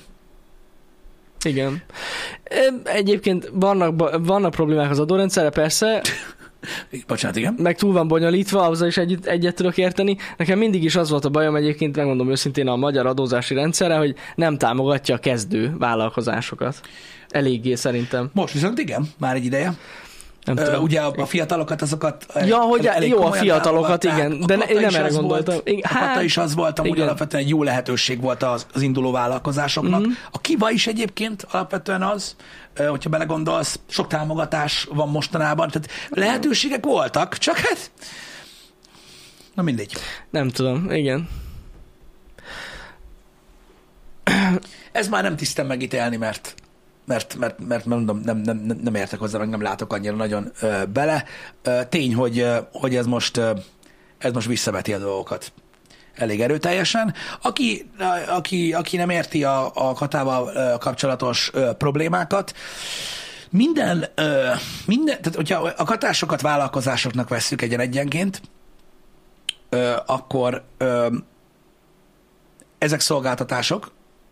Igen. Egyébként vannak problémák az adórendszerre, persze. Bocsánat, igen. Meg túl van bonyolítva, azzal is egyet tudok érteni. Nekem mindig is az volt a bajom egyébként, megmondom őszintén a magyar adózási rendszerre, hogy nem támogatja a kezdő vállalkozásokat. Eléggé szerintem. Most viszont igen, már egy ideje. Ugye a fiatalokat, azokat... Ja, hogy jó, a fiatalokat, igen, de én nem erre gondoltam. A Kata is az volt, amúgy alapvetően egy jó lehetőség volt az induló vállalkozásoknak. Uh-huh. A Kiva is egyébként alapvetően az, hogyha belegondolsz, sok támogatás van mostanában, tehát lehetőségek voltak, csak hát... Na mindegy. Nem tudom, igen. Ez már nem tisztem megítélni, mert mondom, nem értek hozzá, meg nem látok annyira nagyon bele. Tény, hogy ez most visszaveti a dolgokat elég erőteljesen. Aki nem érti a Katával kapcsolatos problémákat, tehát hogyha a katásokat vállalkozásoknak vesszük egyenként, akkor ezek szolgáltatások,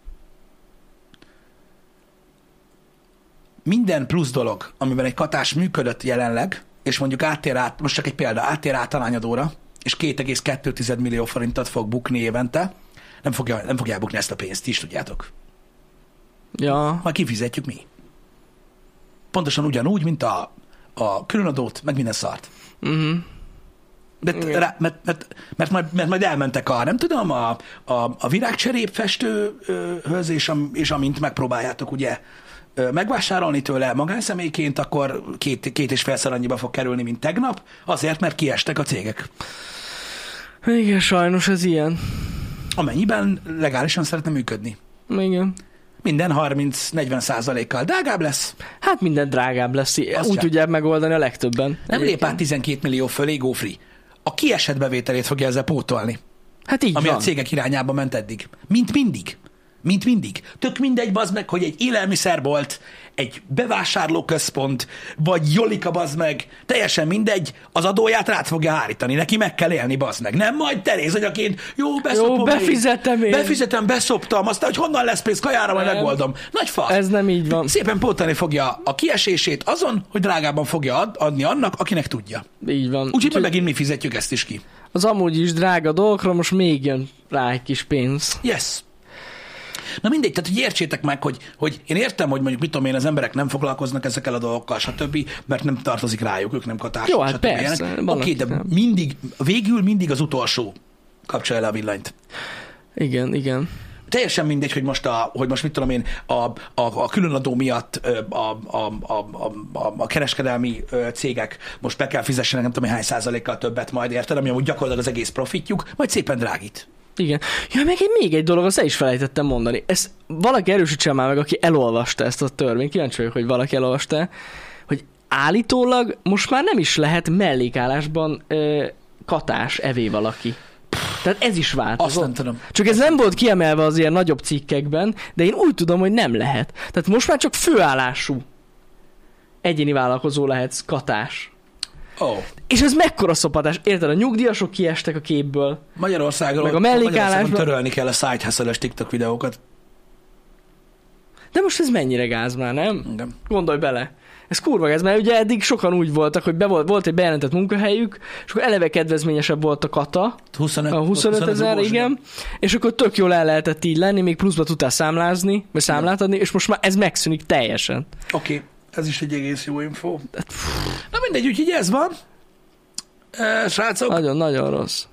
minden plusz dolog, amiben egy katás működött jelenleg, és mondjuk most csak egy példa, áttér általányadóra, és 2,2 millió forintot fog bukni évente, nem fogja bukni ezt a pénzt, ti is tudjátok. Ja. Majd kifizetjük mi. Pontosan ugyanúgy, mint a különadót, meg minden szart. Uh-huh. Mert majd elmentek nem tudom, a virágcserép festőhöz, és amint megpróbáljátok ugye megvásárolni tőle magánszemélyként, akkor 2,5-szer annyiba fog kerülni, mint tegnap, azért, mert kiestek a cégek. Igen, sajnos ez ilyen. Amennyiben legálisan szeretne működni. Igen. Minden 30-40%-kal drágább lesz. Hát minden drágább lesz. Úgy tudják megoldani a legtöbben. Nem lép át 12 millió fölé, go free. A kiesett bevételét fogja ezzel pótolni. Hát így ami van. A cégek irányába ment eddig. Mint mindig. Tök mindegy, bazd meg, hogy egy élelmiszerbolt, egy bevásárlóközpont, vagy Jolika, bazd meg, teljesen mindegy, az adóját rád fogja hárítani, neki meg kell élni, bazd meg. Nem majd Teréz anyaként, befizetem, beszoptam, aztán, hogy honnan lesz pénz kajára, majd megoldom. Nagy fasz. Ez nem így van. Szépen pótolni fogja a kiesését azon, hogy drágában fogja adni annak, akinek tudja. Így van. Úgyhogy megint mi fizetjük ezt is ki. Az amúgy is drága dolgokra most még jön rá egy kis pénz. Yes. Na mindegy, tehát hogy értsétek meg, hogy én értem, hogy mondjuk mit tudom én, az emberek nem foglalkoznak ezekkel a dolgokkal, stb., mert nem tartozik rájuk, ők nem katások. Jó, hát persze. Oké, de végül mindig az utolsó kapcsolja le a villanyt. Igen. Teljesen mindegy, hogy most mit tudom én, a különadó miatt a kereskedelmi cégek most be kell fizessenek nem tudom hány százalékkal többet majd, érted, ami amúgy gyakorlatilag az egész profitjuk, majd szépen drágít. Igen. Ja, meg még egy dolog, azt el is felejtettem mondani. Ezt valaki erősítsen már meg, aki elolvasta ezt a törvényt. Kíváncsi vagyok, hogy valaki elolvasta, hogy állítólag most már nem is lehet mellékállásban katás evé valaki. Tehát ez is változott. Azt nem tudom. Csak ez nem volt kiemelve az ilyen nagyobb cikkekben, de én úgy tudom, hogy nem lehet. Tehát most már csak főállású egyéni vállalkozó lehetsz katás. Oh. És ez mekkora szopatás. Érted, a nyugdíjasok kiestek a képből. Magyarországon meg a mellékállásban törölni kell a side hustle-es TikTok videókat. De most ez mennyire gáz már, nem? Igen. Gondolj bele. Ez kurva gáz, mert ugye eddig sokan úgy voltak, hogy volt egy bejelentett munkahelyük, és akkor eleve kedvezményesebb volt a kata. 25 000, igen. És akkor tök jól el lehetett így lenni, még pluszba tudtál számlázni, vagy számlát adni, és most már ez megszűnik teljesen. Oké. Ez is egy egész jó info. Na mindegy, úgyhogy ez van. Srácok. Nagyon-nagyon rossz.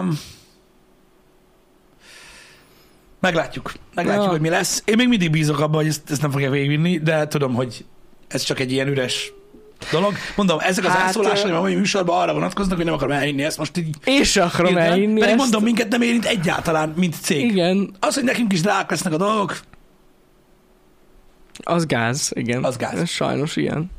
Meglátjuk, hogy mi lesz. Én még mindig bízok abban, hogy ezt nem fogja végigvinni, de tudom, hogy ez csak egy ilyen üres dolog. Mondom, ezek az elszólásaim a mai műsorban arra vonatkoznak, hogy nem akarom elhinni ezt most így. Én sem akarom elhinni ezt. Mondom, minket nem érint egyáltalán, mint cég. Igen. Az, hogy nekünk is drágák lesznek a dolgok. Az gáz, igen. Az gáz. Ez sajnos ilyen.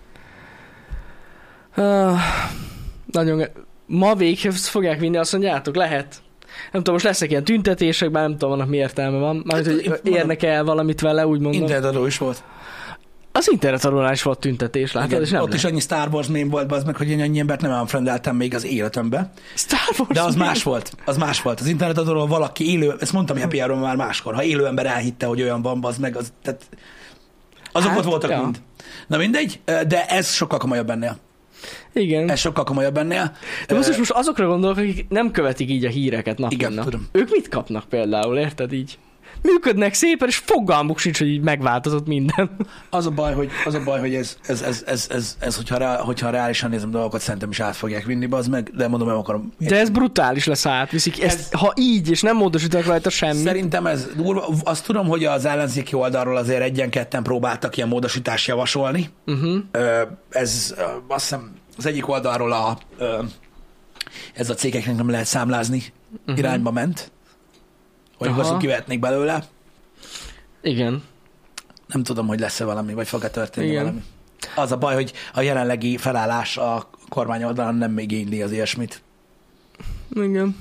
Nagyon ma véghez fogják vinni, azt mondjátok, lehet. Nem tudom, most lesznek ilyen tüntetések, bár nem tudom, annak mi értelme van. Mármint, hogy érnek el valamit vele, úgy mondom. Internetadó is volt. Az internetadónál is volt tüntetés, látod? Igen, és nem ott is annyi Star Wars mém volt, az meg, hogy én annyi embert nem unfriendeltem még az életembe. Star Wars de az más volt. Az internetadóról valaki élő, ezt mondtam Happy Hour-on már máskor, ha élő ember elhitte, hogy olyan van, az meg, tehát azok ott voltak mind. Na mindegy, de ez sokkal komolyabb ennél. Igen. Ez sokkal komolyabb ennél. De most azokra gondolok, akik nem követik így a híreket nap. Igen, tudom. Ők mit kapnak például, érted így? Működnek szépen, és fogalmuk sincs, hogy így megváltozott minden. Az a baj, hogy ez hogyha reálisan nézem dolgokat, szerintem is át fogják vinni, az meg, de mondom, nem akarom. De ez brutális lesz, átviszik. Ha így, és nem módosítanak rajta semmit. Szerintem ez durva. Azt tudom, hogy az ellenzéki oldalról azért egyen-ketten próbáltak ilyen módosítást javasolni. Ez azt hiszem az egyik oldalról ez a cégeknek nem lehet számlázni irányba ment. Hogy azok kivetnék belőle. Igen. Nem tudom, hogy lesz-e valami, vagy fog-e történni valami. Az a baj, hogy a jelenlegi felállás a kormány oldalán nem még igényli az ilyesmit. Igen.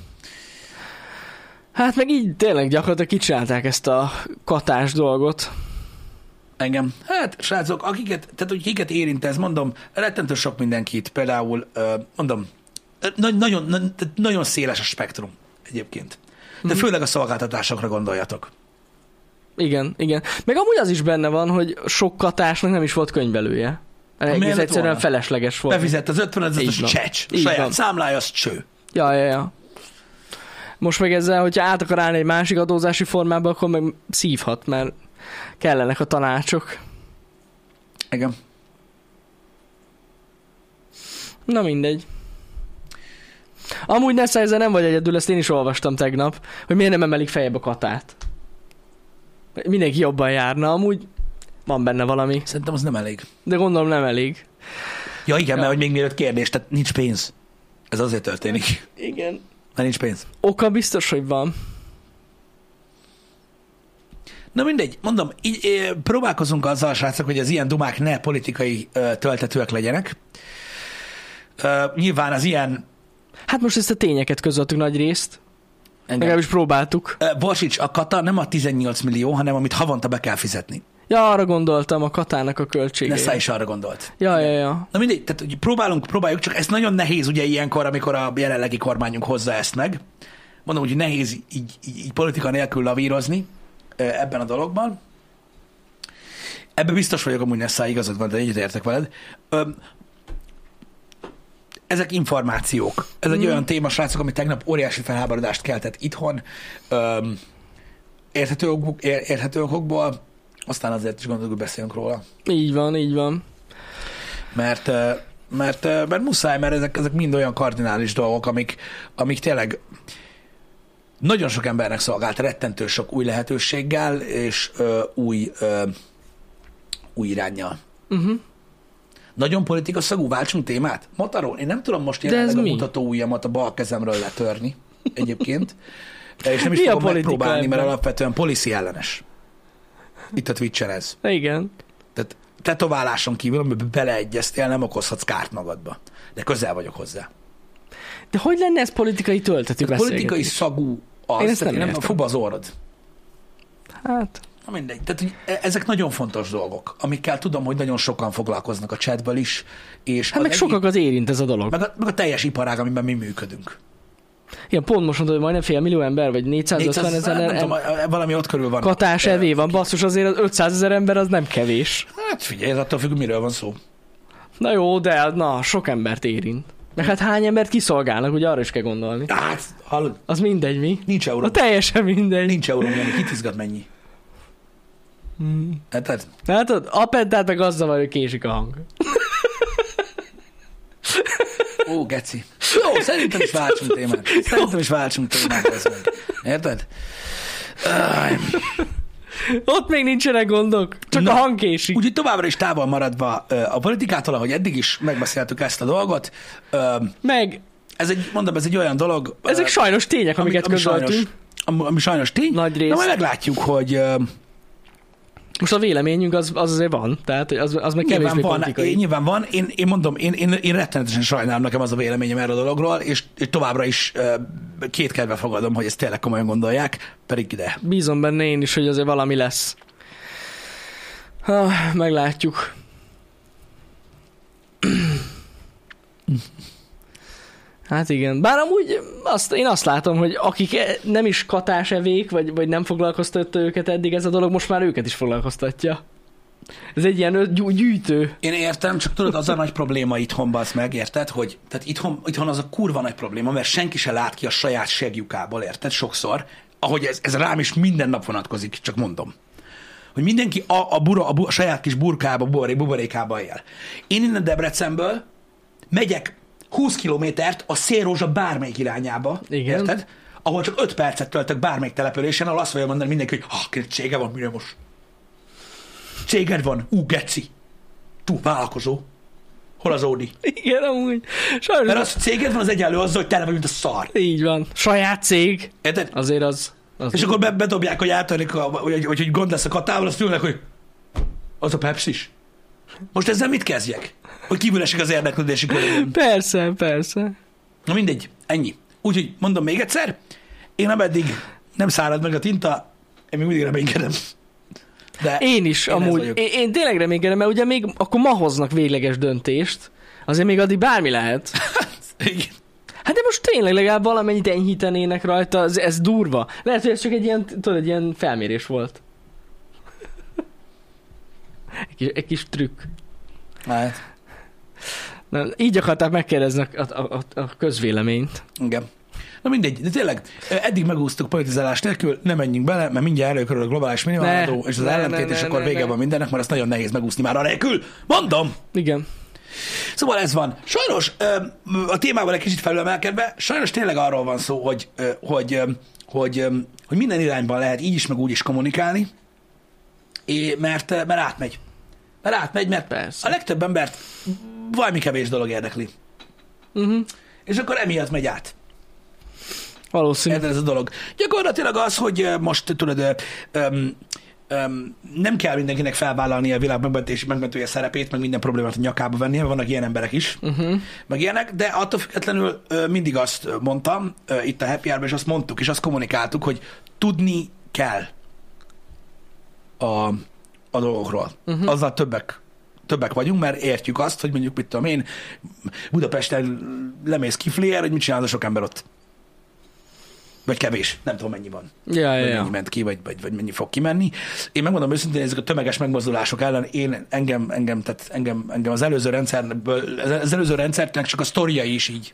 Hát meg így tényleg gyakorlatilag kicsinálták ezt a katás dolgot. Engem. Hát, srácok, hogy kiket érint ez, mondom, rettentő sok mindenkit, például, mondom, nagyon széles a spektrum egyébként. De főleg a szolgáltatásokra gondoljatok. Igen, igen. Meg amúgy az is benne van, hogy sok katásnak nem is volt könyvelője. Egész egyszerűen volna? Felesleges volt. Befizett az 50 000-es csecs. Saját számlája, az cső. Ja. Most meg ezzel, hogyha át akar állni egy másik adózási formába, akkor meg szívhat, mert kellenek a tanácsok. Igen. Na mindegy. Amúgy Nessa, ezzel nem vagy egyedül, ezt én is olvastam tegnap, hogy miért nem emelik feljebb a katát. Mindenki jobban járna, amúgy van benne valami. Szerintem az nem elég. De gondolom nem elég. Ja igen, mert hogy még mielőtt kérdés, tehát nincs pénz. Ez azért történik. Igen. Mert nincs pénz. Oka biztos, hogy van. Na mindegy, mondom, így próbálkozunk azzal, srácok, hogy az ilyen dumák ne politikai töltetőek legyenek. Nyilván az ilyen... Hát most ezt a tényeket közöltük nagy részt. Legalábbis próbáltuk. Borsics, a kata nem a 18 millió, hanem amit havonta be kell fizetni. Ja, arra gondoltam, a katának a költségei. Nessa is arra gondolt. Ja. Na mindegy, tehát hogy próbáljuk, csak ez nagyon nehéz ugye ilyenkor, amikor a jelenlegi kormányunk hozza ezt meg. Mondom, hogy nehéz így politika nélkül lavírozni ebben a dologban. Ebben biztos vagyok, amúgy Nessa, igazad van, de egyetértek veled. Ezek információk. Ez egy olyan téma, srácok, ami tegnap óriási felháborodást keltett itthon. Érthető okokból. Aztán azért is gondoljuk, hogy beszéljünk róla. Így van. Mert muszáj, mert ezek mind olyan kardinális dolgok, amik tényleg nagyon sok embernek szolgált, rettentő sok új lehetőséggel és új iránnyal. Nagyon politikaszagú, váltsunk témát. Mataron, én nem tudom most jelenleg a mutató ujjamat a bal kezemről letörni egyébként, és nem is fogom megpróbálni, mert alapvetően policy ellenes. Itt a Twitch-en ez. Igen. Tehát tetováláson kívül, amiben beleegyeztél, nem okozhatsz kárt magadba. De közel vagyok hozzá. De hogy lenne ez politikai töltető beszélgetés? Politikai szagú az, én ezt nem fog az orrod. Hát... Na mindegy. Tehát, hogy ezek nagyon fontos dolgok, amikkel tudom, hogy nagyon sokan foglalkoznak a chatből is. És hát meg sokakat érint ez a dolog. Meg a teljes iparág, amiben mi működünk. Igen, pont most mondod, hogy majdnem 500 000 ember, vagy 450 000 nem tudom, valami ott körül van. Katás evé van, basszus, azért az 500 000 ember az nem kevés. Hát figyelj, ez attól függ, miről van szó. Na jó, de sok embert érint. Meg hát hány embert kiszolgálnak, ugye arra is kell gondolni. Hát, hallod? Az mindegy, mi? Nincs euró. Teljesen mindegy. Nincs euró, kit izgat mennyi. Hát apentát meg azzal van, hogy késik a hang. Ó, geci. Jó, szerintem is váltsunk témát. Érted? Ott még nincsenek gondok, csak a hang késik. Úgyhogy továbbra is távol maradva a politikától, ahogy eddig is megbeszéltük ezt a dolgot. Ez egy olyan dolog... Ezek sajnos tények, amiket közöltünk. Ami sajnos tény. Nagy rész. De majd meglátjuk, hogy... Most a véleményünk az azért van, tehát az meg kevésbé politikai. Nyilván van. Én mondom, én rettenetesen sajnálom, nekem az a véleményem erről a dologról, és továbbra is kétkedve fogadom, hogy ezt tényleg komolyan gondolják, pedig ide. Bízom benne én is, hogy azért valami lesz. Meglátjuk. Hát igen. Bár amúgy én azt látom, hogy akik nem is katásevék, vagy nem foglalkoztatta őket eddig ez a dolog, most már őket is foglalkoztatja. Ez egy ilyen gyűjtő. Én értem, csak tudod, az a nagy probléma itthon, bazd meg, érted? Hogy, tehát itthon az a kurva nagy probléma, mert senki se lát ki a saját segjukából, érted? Sokszor. Ahogy ez rám is minden nap vonatkozik, csak mondom. Hogy mindenki a saját kis burkába, buborékába él. Én innen Debrecenből megyek 20 kilométert a Szélrózsa bármelyik irányába, igen. Érted? Ahol csak 5 percet töltök bármelyik településen, ahol azt fogja mondani mindenki, hogy cége van, mire most? Céged van, geci. Vállalkozó. Hol az Ódi? Igen, amúgy. Sajnos. Mert az, hogy céged van, az egyenlő azzal, hogy tele vagy, mint a szar. Így van. Saját cég. Érted? Azért az és akkor bedobják, hogy átörik, hogy gond lesz a katával, azt ülnek, hogy az a Pepsi-s. Most ezzel mit kezdjek? Hogy kívül esik az érdeklődési körülön. Persze. Na mindegy, ennyi. Úgyhogy mondom még egyszer, én ameddig nem szárad meg a tinta, én még mindig reménykedem. De én is, amúgy. Én tényleg reménykedem, mert ugye még akkor ma hoznak végleges döntést. Azért még addig bármi lehet. Igen. Hát de most tényleg legalább valamennyit enyhítenének rajta, ez durva. Lehet, hogy ez csak egy ilyen, tudod, egy ilyen felmérés volt. Egy kis trükk. Hát. Na, így akarták megkérdezni a közvéleményt. Igen. Na mindegy, de tényleg, eddig megúsztuk politizálás nélkül, nem menjünk bele, mert mindjárt előkerül a globális minimáladó, és az ellentét, és akkor vége van mindennek, mert ezt nagyon nehéz megúszni már anélkül. Mondom! Igen. Szóval ez van. Sajnos a témával egy kicsit felülemelkedve, sajnos tényleg arról van szó, hogy minden irányban lehet így is, meg úgy is kommunikálni, mert átmegy. Mert persze. A legtöbb embert valami kevés dolog érdekli. És akkor emiatt megy át. Valószínű. Ez a dolog. Gyakorlatilag az, hogy most tudod, nem kell mindenkinek felvállalni a világ megmentője szerepét, meg minden problémát a nyakába vennie, vannak ilyen emberek is, meg ilyenek, de attól függetlenül mindig azt mondtam itt a Happy Hour-ban, és azt mondtuk, és azt kommunikáltuk, hogy tudni kell a dolgokról. Azzal többek vagyunk, mert értjük azt, hogy mondjuk, mit tudom én, Budapesten lemész Kifliért, hogy mit csinál az a sok ember ott. Vagy kevés, nem tudom mennyi van. Mennyi ment ki, vagy mennyi fog kimenni. Én megmondom őszintén, ezek a tömeges megmozdulások ellen engem az előző rendszernek csak a sztoriai is így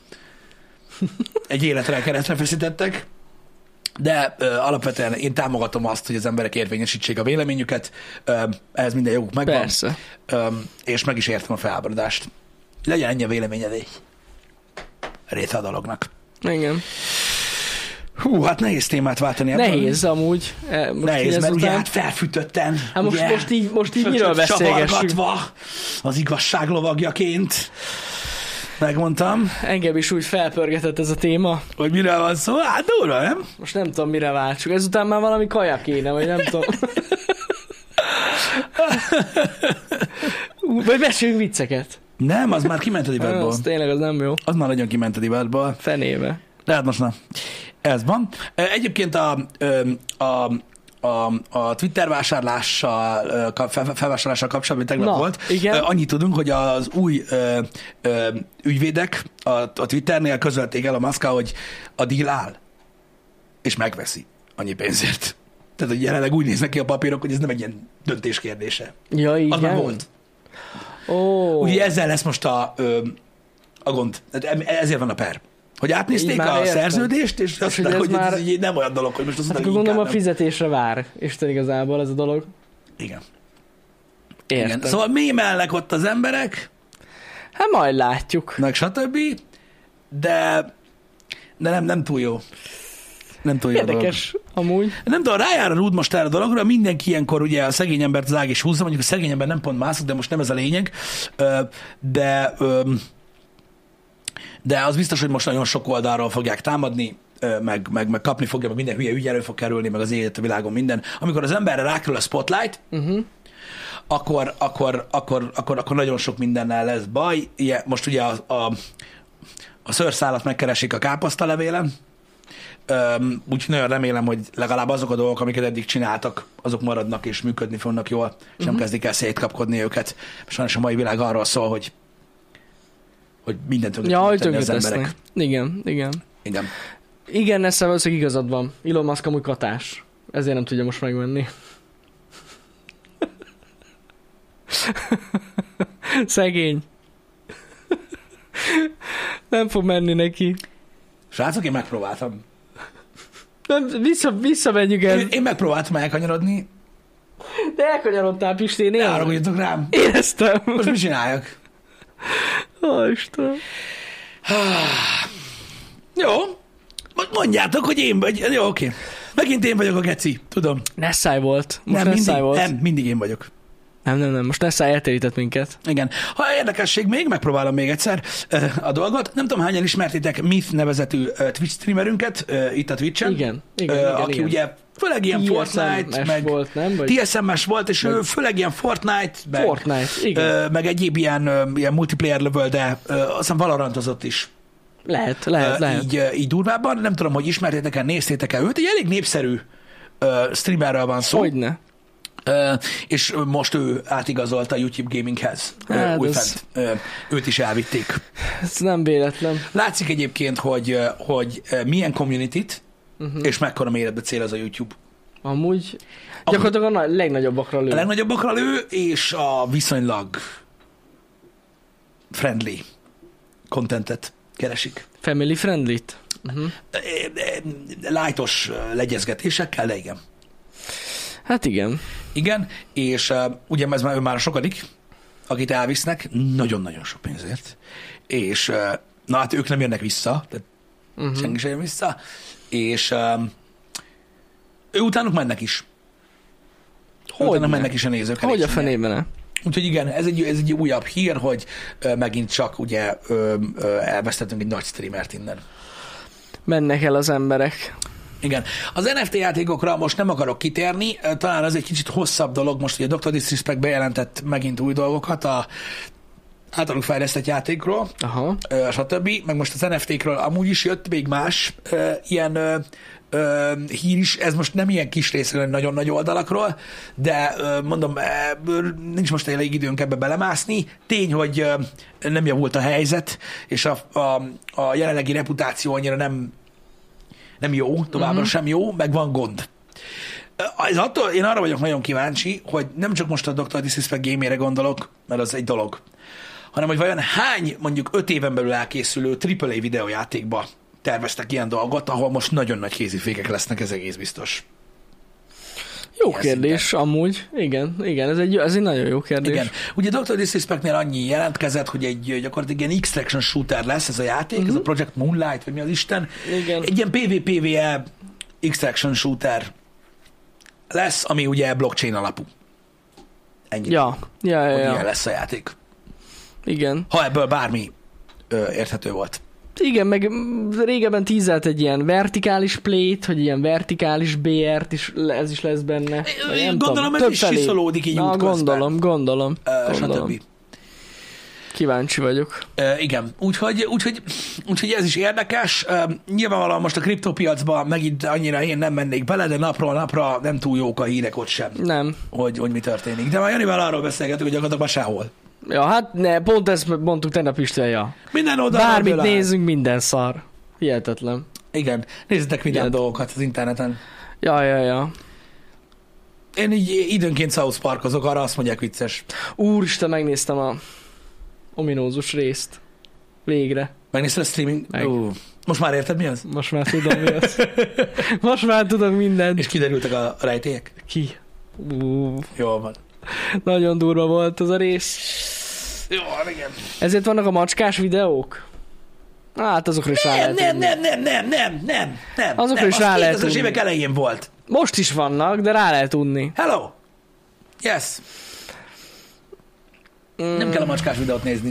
egy életre keresztre feszítettek, de alapvetően én támogatom azt, hogy az emberek érvényesítsék a véleményüket, ehhez minden joguk megvan. Persze. És meg is értem a felháborodást. Legyen ennyi a véleményed egy része a dolognak. Igen. Hú, hát nehéz témát váltani. Nehéz amúgy. Most nehéz, mert ugye hát felfűtötten. Hát most így miről beszélgessünk? Az igazság lovagjaként. Megmondtam. Engem is úgy felpörgetett ez a téma. Hogy mire van szó? Hát durva, nem? Most nem tudom, mire váltsuk. Ezután már valami kaja kéne, vagy nem tudom. Vagy meséljünk vicceket. Nem, az már kiment a divatból. Az tényleg, az nem jó. Az már nagyon kiment a divatból. Fenébe. De hát most na. Ez van. Egyébként a Twitter vásárlással, felvásárlással kapcsolatban tegnap volt. Igen. Annyit tudunk, hogy az új ügyvédek a Twitternél közölték el a Musk-kal, hogy a deal áll, és megveszi annyi pénzért. Tehát, hogy jelenleg úgy néznek ki a papírok, hogy ez nem egy ilyen döntés kérdése. Ja, igen. Az már volt. Ugye ezzel lesz most a gond. Ezért van a per. Hogy átnézték a szerződést, és azt mondták, hogy ez így nem olyan dolog, hogy most azt mondták, hogy gondolom a fizetésre vár, Isten igazából ez a dolog. Igen. Értem. Igen. Szóval mémelnek ott az emberek. Hát majd látjuk. Meg stb. De nem túl jó. Nem túl jó érdekes, dolog. Amúgy. Nem tudom, rájár a rúd most erre a dologra, mindenki ilyenkor ugye a szegény embert az ág is húzza, mondjuk a szegény ember nem pont mászik, de most nem ez a lényeg. De az biztos, hogy most nagyon sok oldalról fogják támadni, meg kapni fogja, meg minden hülye ügy elő fog kerülni, meg az élet a világon minden. Amikor az emberre rákerül a spotlight, akkor nagyon sok mindennel lesz baj. Ilyen, most ugye a szőrszálat megkeresik a káposztalevélen, úgyhogy nagyon remélem, hogy legalább azok a dolgok, amiket eddig csináltak, azok maradnak és működni fognak jól, és nem kezdik el szétkapkodni őket. Sajnos a mai világ arról szól, hogy mindent tönkre az emberek. Igen. Igen, ezzel valószínűleg igazad van. Elon Musk amúgy katás. Ezért nem tudja most megvenni. Szegény. Nem fog menni neki. Srácok, én megpróbáltam. Nem, visszamenjük el. Én megpróbáltam elkanyarodni. De elkanyarodtál, Pisti, ne haragudjatok rám. Éreztem. Most mit csináljak? Istenem. Jó. Mondjátok, hogy én vagy. Jó, oké. Megint én vagyok a geci, tudom. Nessai volt. Nem, mindig én vagyok. Nem. Most Nessai elterített minket. Igen. Ha érdekesség még, megpróbálom még egyszer a dolgot. Nem tudom, hányan ismertétek Myth nevezetű Twitch streamerünket itt a Twitch-en. Igen. Aki ugye főleg ilyen Fortnite, meg volt, nem? Vagy... TSM-es volt, és ő főleg ilyen Fortnite, meg egyéb ilyen multiplayer level, de aztán Valorantozott is. Lehet. Így durvábban. Nem tudom, hogy ismertétek-e, néztétek-e őt. Egy elég népszerű streamerről van szó. Hogyne. És most ő átigazolta a YouTube Gaminghez újfent. Őt is elvitték. Ez nem véletlen. Látszik egyébként, hogy milyen community-t és mekkora méretbe cél az a YouTube. Amúgy gyakorlatilag a legnagyobbakra lő. A legnagyobbakra lő, és a viszonylag friendly contentet keresik. Family friendly-t? Lightos legyezgetésekkel, de igen. Hát igen. Igen, és ugye ez már a sokadik, akit elvisznek, nagyon-nagyon sok pénzért. És na hát ők nem jönnek vissza, tehát senki sem jön vissza, és ő utánuk mennek is. Utánuk mennek is a nézők. Hogy a fenében? Úgyhogy igen, ez egy újabb hír, hogy megint csak ugye elvesztettünk egy nagy streamert innen. Mennek el az emberek. Igen. Az NFT játékokra most nem akarok kitérni, talán az egy kicsit hosszabb dolog, most ugye a Dr. Disrespect bejelentett megint új dolgokat a általunk fejlesztett játékról, stb. Meg most az NFT-kről amúgy is jött még más ilyen hír is, ez most nem ilyen kis részről, nagyon nagy oldalakról, de mondom, nincs most elég időnk ebbe belemászni. Tény, hogy nem javult a helyzet, és a jelenlegi reputáció annyira nem jó, továbbra sem jó, meg van gond. Én arra vagyok nagyon kíváncsi, hogy nem csak most a Dr. Disrespect Game-ére gondolok, mert az egy dolog, hanem hogy vajon hány mondjuk 5 éven belül elkészülő AAA videójátékba terveztek ilyen dolgot, ahol most nagyon nagy kézifékek lesznek, ez egész biztos. Jó ilyen kérdés, szinten. Amúgy. Igen, ez egy nagyon jó kérdés. Igen. Ugye Dr. Disrespectnél annyi jelentkezett, hogy egy gyakorlatilag ilyen extraction shooter lesz ez a játék, ez a Project Moonlight, vagy mi az Isten. Igen. Egy ilyen PvPvE extraction shooter lesz, ami ugye blockchain alapú. Ennyi. Ja. Ilyen lesz a játék. Igen. Ha ebből bármi érthető volt. Igen, meg régebben tízelt egy ilyen vertikális plate, hogy ilyen vertikális BR-t is, ez is lesz benne. Gondolom, ez is csiszolódik így útközben. Gondolom. Stb. Kíváncsi vagyok. Igen, úgyhogy ez is érdekes. Nyilvánvalóan most a kriptopiacban megint annyira én nem mennék bele, de napról napra nem túl jók a hírek ott sem. Nem. Hogy mi történik. De már Janival arról beszélgetünk, hogy gyakorlatilag sehol. Ja, hát ne, pont ezt mondtuk tegnap István, Minden oda. Bármit nézzünk, minden szar. Hihetetlen. Igen, nézzetek vidám dolgokat az interneten. Ja. Én így időnként South Parkozok, arra azt mondják vicces. Úristen, megnéztem a ominózus részt. Végre. Megnézted a streaming? Most már érted, mi az? Most már tudom, mi az. Most már tudom mindent. És kiderültek a rejtélyek? Ki? Jól van. Nagyon durva volt az a rész. Jó, igen. Ezért vannak a macskás videók? Hát azokra is rá lehet tudni. Nem. Azokra is rá lehet tudni. Az évek elején volt. Most is vannak, de rá lehet tudni. Hello. Yes. Nem kell a macskás videót nézni.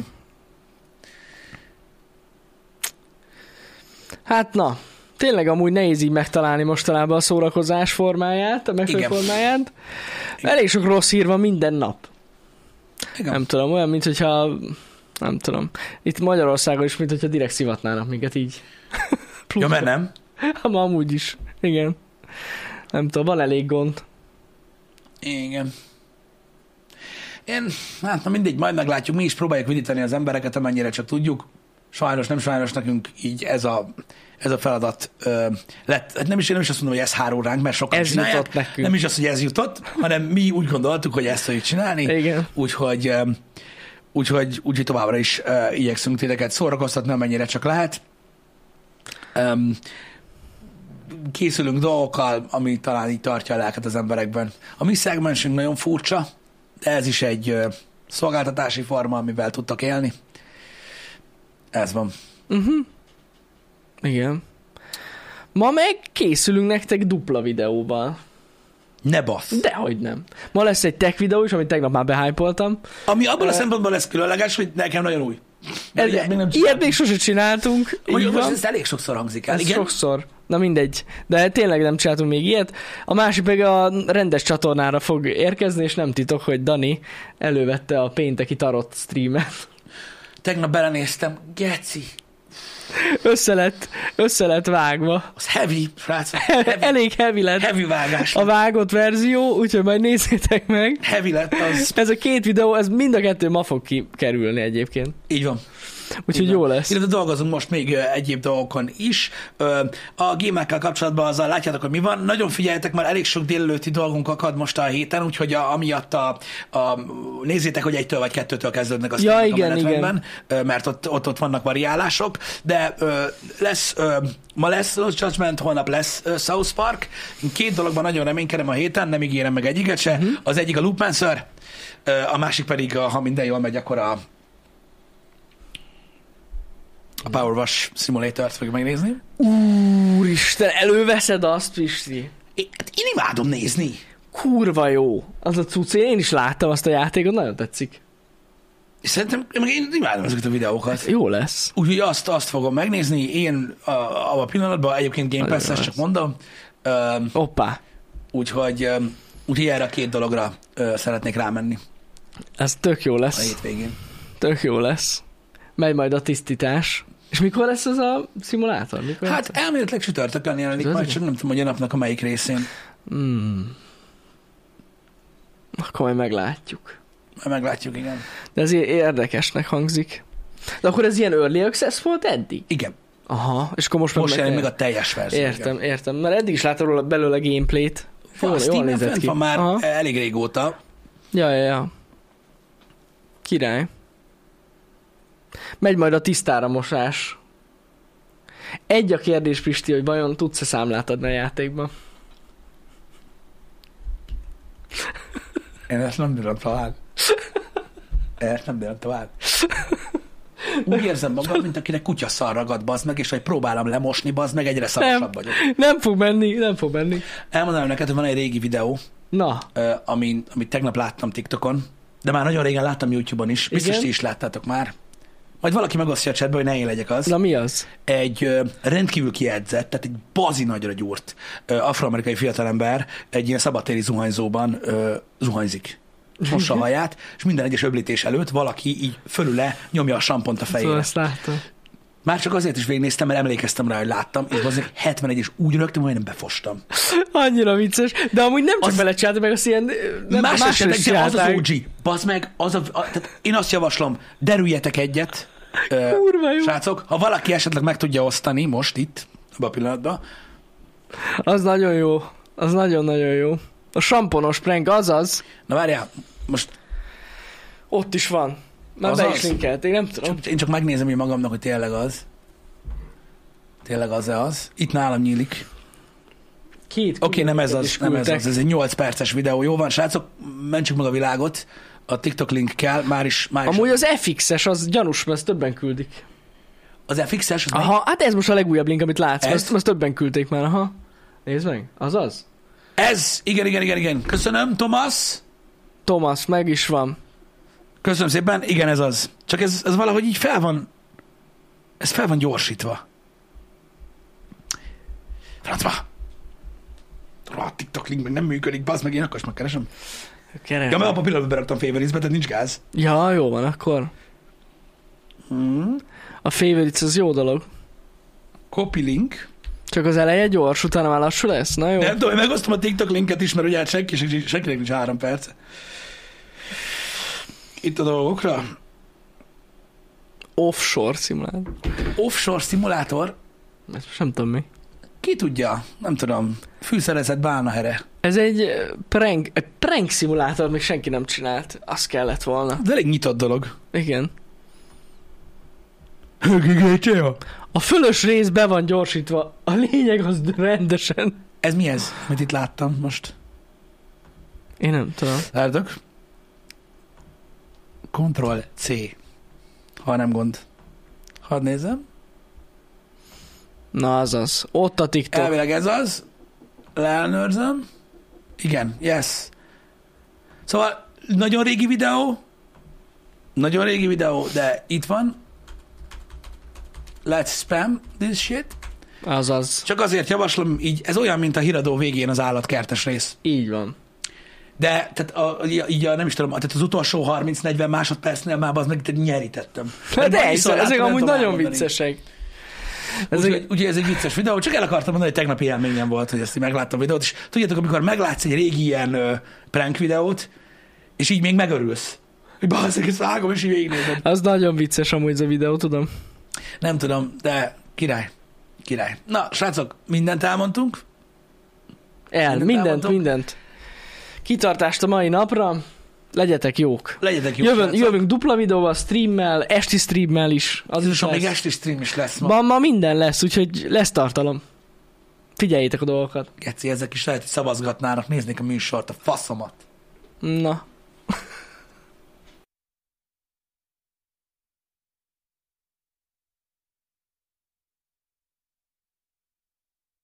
Hát na, tényleg amúgy nehéz így megtalálni mostanában a szórakozás formáját, a megfelelő formáját. Elég sok rossz hír van minden nap. Igen. Nem tudom, olyan, mint hogyha nem tudom. Itt Magyarországon is, mint hogyha direkt szivatnának minket így. Ja, mert nem? Ma amúgy is. Igen. Nem tudom, van elég gond. Igen. Hát na mindegy, majd meglátjuk. Mi is próbáljuk vidítani az embereket, amennyire csak tudjuk. Sajnos, nem sajnos nekünk így ez a feladat lett. Nem is azt mondom, hogy ez hárul ránk, mert sokan ez csinálják. Jutott nekünk. Nem is az, hogy ez jutott, hanem mi úgy gondoltuk, hogy ezt fogjuk csinálni. Igen. Úgyhogy továbbra is igyekszünk titeket szórakoztatni, amennyire csak lehet. Készülünk dolgokkal, ami talán így tartja a lelket az emberekben. A mi szegmensünk nagyon furcsa, de ez is egy szolgáltatási forma, amivel tudtak élni. Ez van. Igen. Ma meg készülünk nektek dupla videóval. Ne basz. Dehogy nem. Ma lesz egy tech videó is, amit tegnap már behypoltam. Ami abban a szempontból lesz különleges, hogy nekem nagyon új. Ilyet még sose csináltunk. Most ez elég sokszor hangzik el. Ez igen? Sokszor. Na mindegy. De tényleg nem csináltunk még ilyet. A másik meg a rendes csatornára fog érkezni, és nem titok, hogy Dani elővette a pénteki tarot streamet. Tegnap belenéztem. Geci. Össze lett vágva. Az heavy, srácok. Elég heavy lett. Heavy vágás. A vágott verzió, úgyhogy majd nézzétek meg. Heavy lett az. Ez a két videó, ez mind a kettő ma fog kikerülni egyébként. Így van. Úgyhogy jó lesz. Illetve dolgozunk most még egyéb dolgokon is. A gémekkel kapcsolatban azzal látjátok, hogy mi van. Nagyon figyeljetek, már elég sok délelőtti dolgunk akad most a héten, úgyhogy amiatt nézzétek, hogy 1-től vagy 2-től kezdődnek a ja, igen. Mert ott vannak variálások, de ma lesz Lost Judgment, holnap lesz South Park. Én 2 dologban nagyon reménykedem a héten, nem ígérem meg egyiket se. Az egyik a Loopmancer, a másik pedig, ha minden jól megy, akkor a Power Wash Simulator-t fogjuk megnézni. Úristen, előveszed azt, Pisti? Én imádom nézni. Kurva jó. Az a cucc, én is láttam azt a játékot, nagyon tetszik. És szerintem én imádom ezeket a videókat. Jó lesz. Úgyhogy azt fogom megnézni. Én a pillanatban egyébként Game Pass-es, csak mondom. Hoppá. Úgyhogy erre a 2 dologra szeretnék rámenni. Ez tök jó lesz. A hétvégén. Tök jó lesz. Megy majd a tisztítás. És mikor lesz ez a szimulátor? Hát elméletileg csütörtökön jelenik, majd csak nem tudom, hogy a napnak a melyik részén. Akkor majd meglátjuk. Meglátjuk, igen. De ez érdekesnek hangzik. De akkor ez ilyen early access volt eddig? Igen. Aha, és akkor most jelenik meg a teljes verzió. Értem. Mert eddig is láttam róla belőle gameplayt. A Steam-en fent van már elég régóta. Ja. Király. Megy majd a tisztára mosás. Egy a kérdés, Pisti, hogy vajon tudsz-e számlát adni a játékban? Én ezt nem bírom tovább. Úgy érzem magam, mint akinek kutyaszar ragad, bazd meg, és hogy próbálom lemosni, bazd meg, egyre szarosabb vagyok. Nem fog menni. Elmondanám neked, hogy van egy régi videó, amit tegnap láttam TikTokon, de már nagyon régen láttam YouTube-on is. Biztos ti is láttátok már. Majd valaki megosztja a chatbe, hogy ne én legyek az. Na mi az? Egy rendkívül kiedzett, tehát egy bazi nagyra gyúrt afroamerikai fiatalember egy ilyen szabadtéri zuhanyzóban zuhanyzik. Mossa a haját, és minden egyes öblítés előtt valaki így fölüle nyomja a sampont a fejére. Szóval ezt láttam. Már csak azért is végignéztem, mert emlékeztem rá, hogy láttam, és azért 71, és úgy rögtem, hogy nem befostam. Annyira vicces, de amúgy nem csak vele csinálta, meg azt ilyen... Más de az az OG. Bazd meg, tehát én azt javaslom, derüljetek egyet, srácok, ha valaki esetleg meg tudja osztani most itt, abban a pillanatban. Az nagyon jó. Az nagyon-nagyon jó. A samponos prank, azaz. Na várjál, most... Ott is van. Már be is linkelték, nem tudom. Én csak megnézem, hogy magamnak, hogy tényleg az. Tényleg az-e az. Itt nálam nyílik. Oké, nem ez az. Ez egy 8 perces videó. Jó van, srácok, mentsük meg a világot. A TikTok link kell, már is. Amúgy az FX-es, az gyanús, mert ezt többen küldik. Az FX-es? Aha, hát ez most a legújabb link, amit látsz. Ezt többen küldték már, aha. Nézd meg, az. Ez, igen. Köszönöm, Thomas, meg is van. Köszönöm szépen, igen, ez az. Csak ez valahogy így fel van gyorsítva. Francba! A TikTok link meg nem működik, bazd meg, én akkor is megkeresem. Ja, mert a pillanatban beraktam favorites-be, tehát nincs gáz. Ja, jó van, akkor. A favorites az jó dolog. Copy link. Csak az eleje gyors, utána már lassú lesz? Na jó. Nem tudom, én megosztom a TikTok linket is, mert ugye hát senkinek nincs 3 perc. Itt a dolgokra. Offshore szimulátor. Offshore szimulátor? Ezt most nem tudom mi. Ki tudja? Nem tudom. Fűszerezett bálnahere. Ez egy prank szimulátor, még senki nem csinált. Az kellett volna. De elég nyitott dolog. Igen. A fölös rész be van gyorsítva. A lényeg az rendesen. Ez mi ez, amit itt láttam most? Én nem tudom. Látod? Ctrl-C. Ha nem gond. Hadd nézem. Na azaz. Ott a TikTok. Elvileg ez az. Leellenőrzöm. Igen, yes. Szóval nagyon régi videó, de itt van. Let's spam this shit. Azaz. Csak azért javaslom, így ez olyan, mint a híradó végén az állatkertes rész. Így van. De tehát így nem is tudom, tehát az utolsó 30-40 másodpercnél már az meg nyerítettem. De ezek amúgy nagyon viccesek. Úgyhogy ez egy vicces videó. Csak el akartam mondani, hogy tegnapi élményem volt, hogy ezt így megláttam a videót. És tudjátok, amikor meglátsz egy régi ilyen prank videót, és így még megörülsz. Hogy basszak, ezt vágom, és így végignézed. Az nagyon vicces amúgy ez a videó, tudom. Nem tudom, de király. Király. Na, srácok, mindent elmondtunk. Mindent. Kitartást a mai napra. Legyetek jók. Legyetek jók, Jövünk dupla videóval, streammel, esti streammel is. Az is még esti stream is lesz ma. Ma minden lesz, úgyhogy lesz tartalom. Figyeljétek a dolgokat. Geci, ezek is lehet, hogy szavazgatnának, néznék a műsort, a faszomat. Na.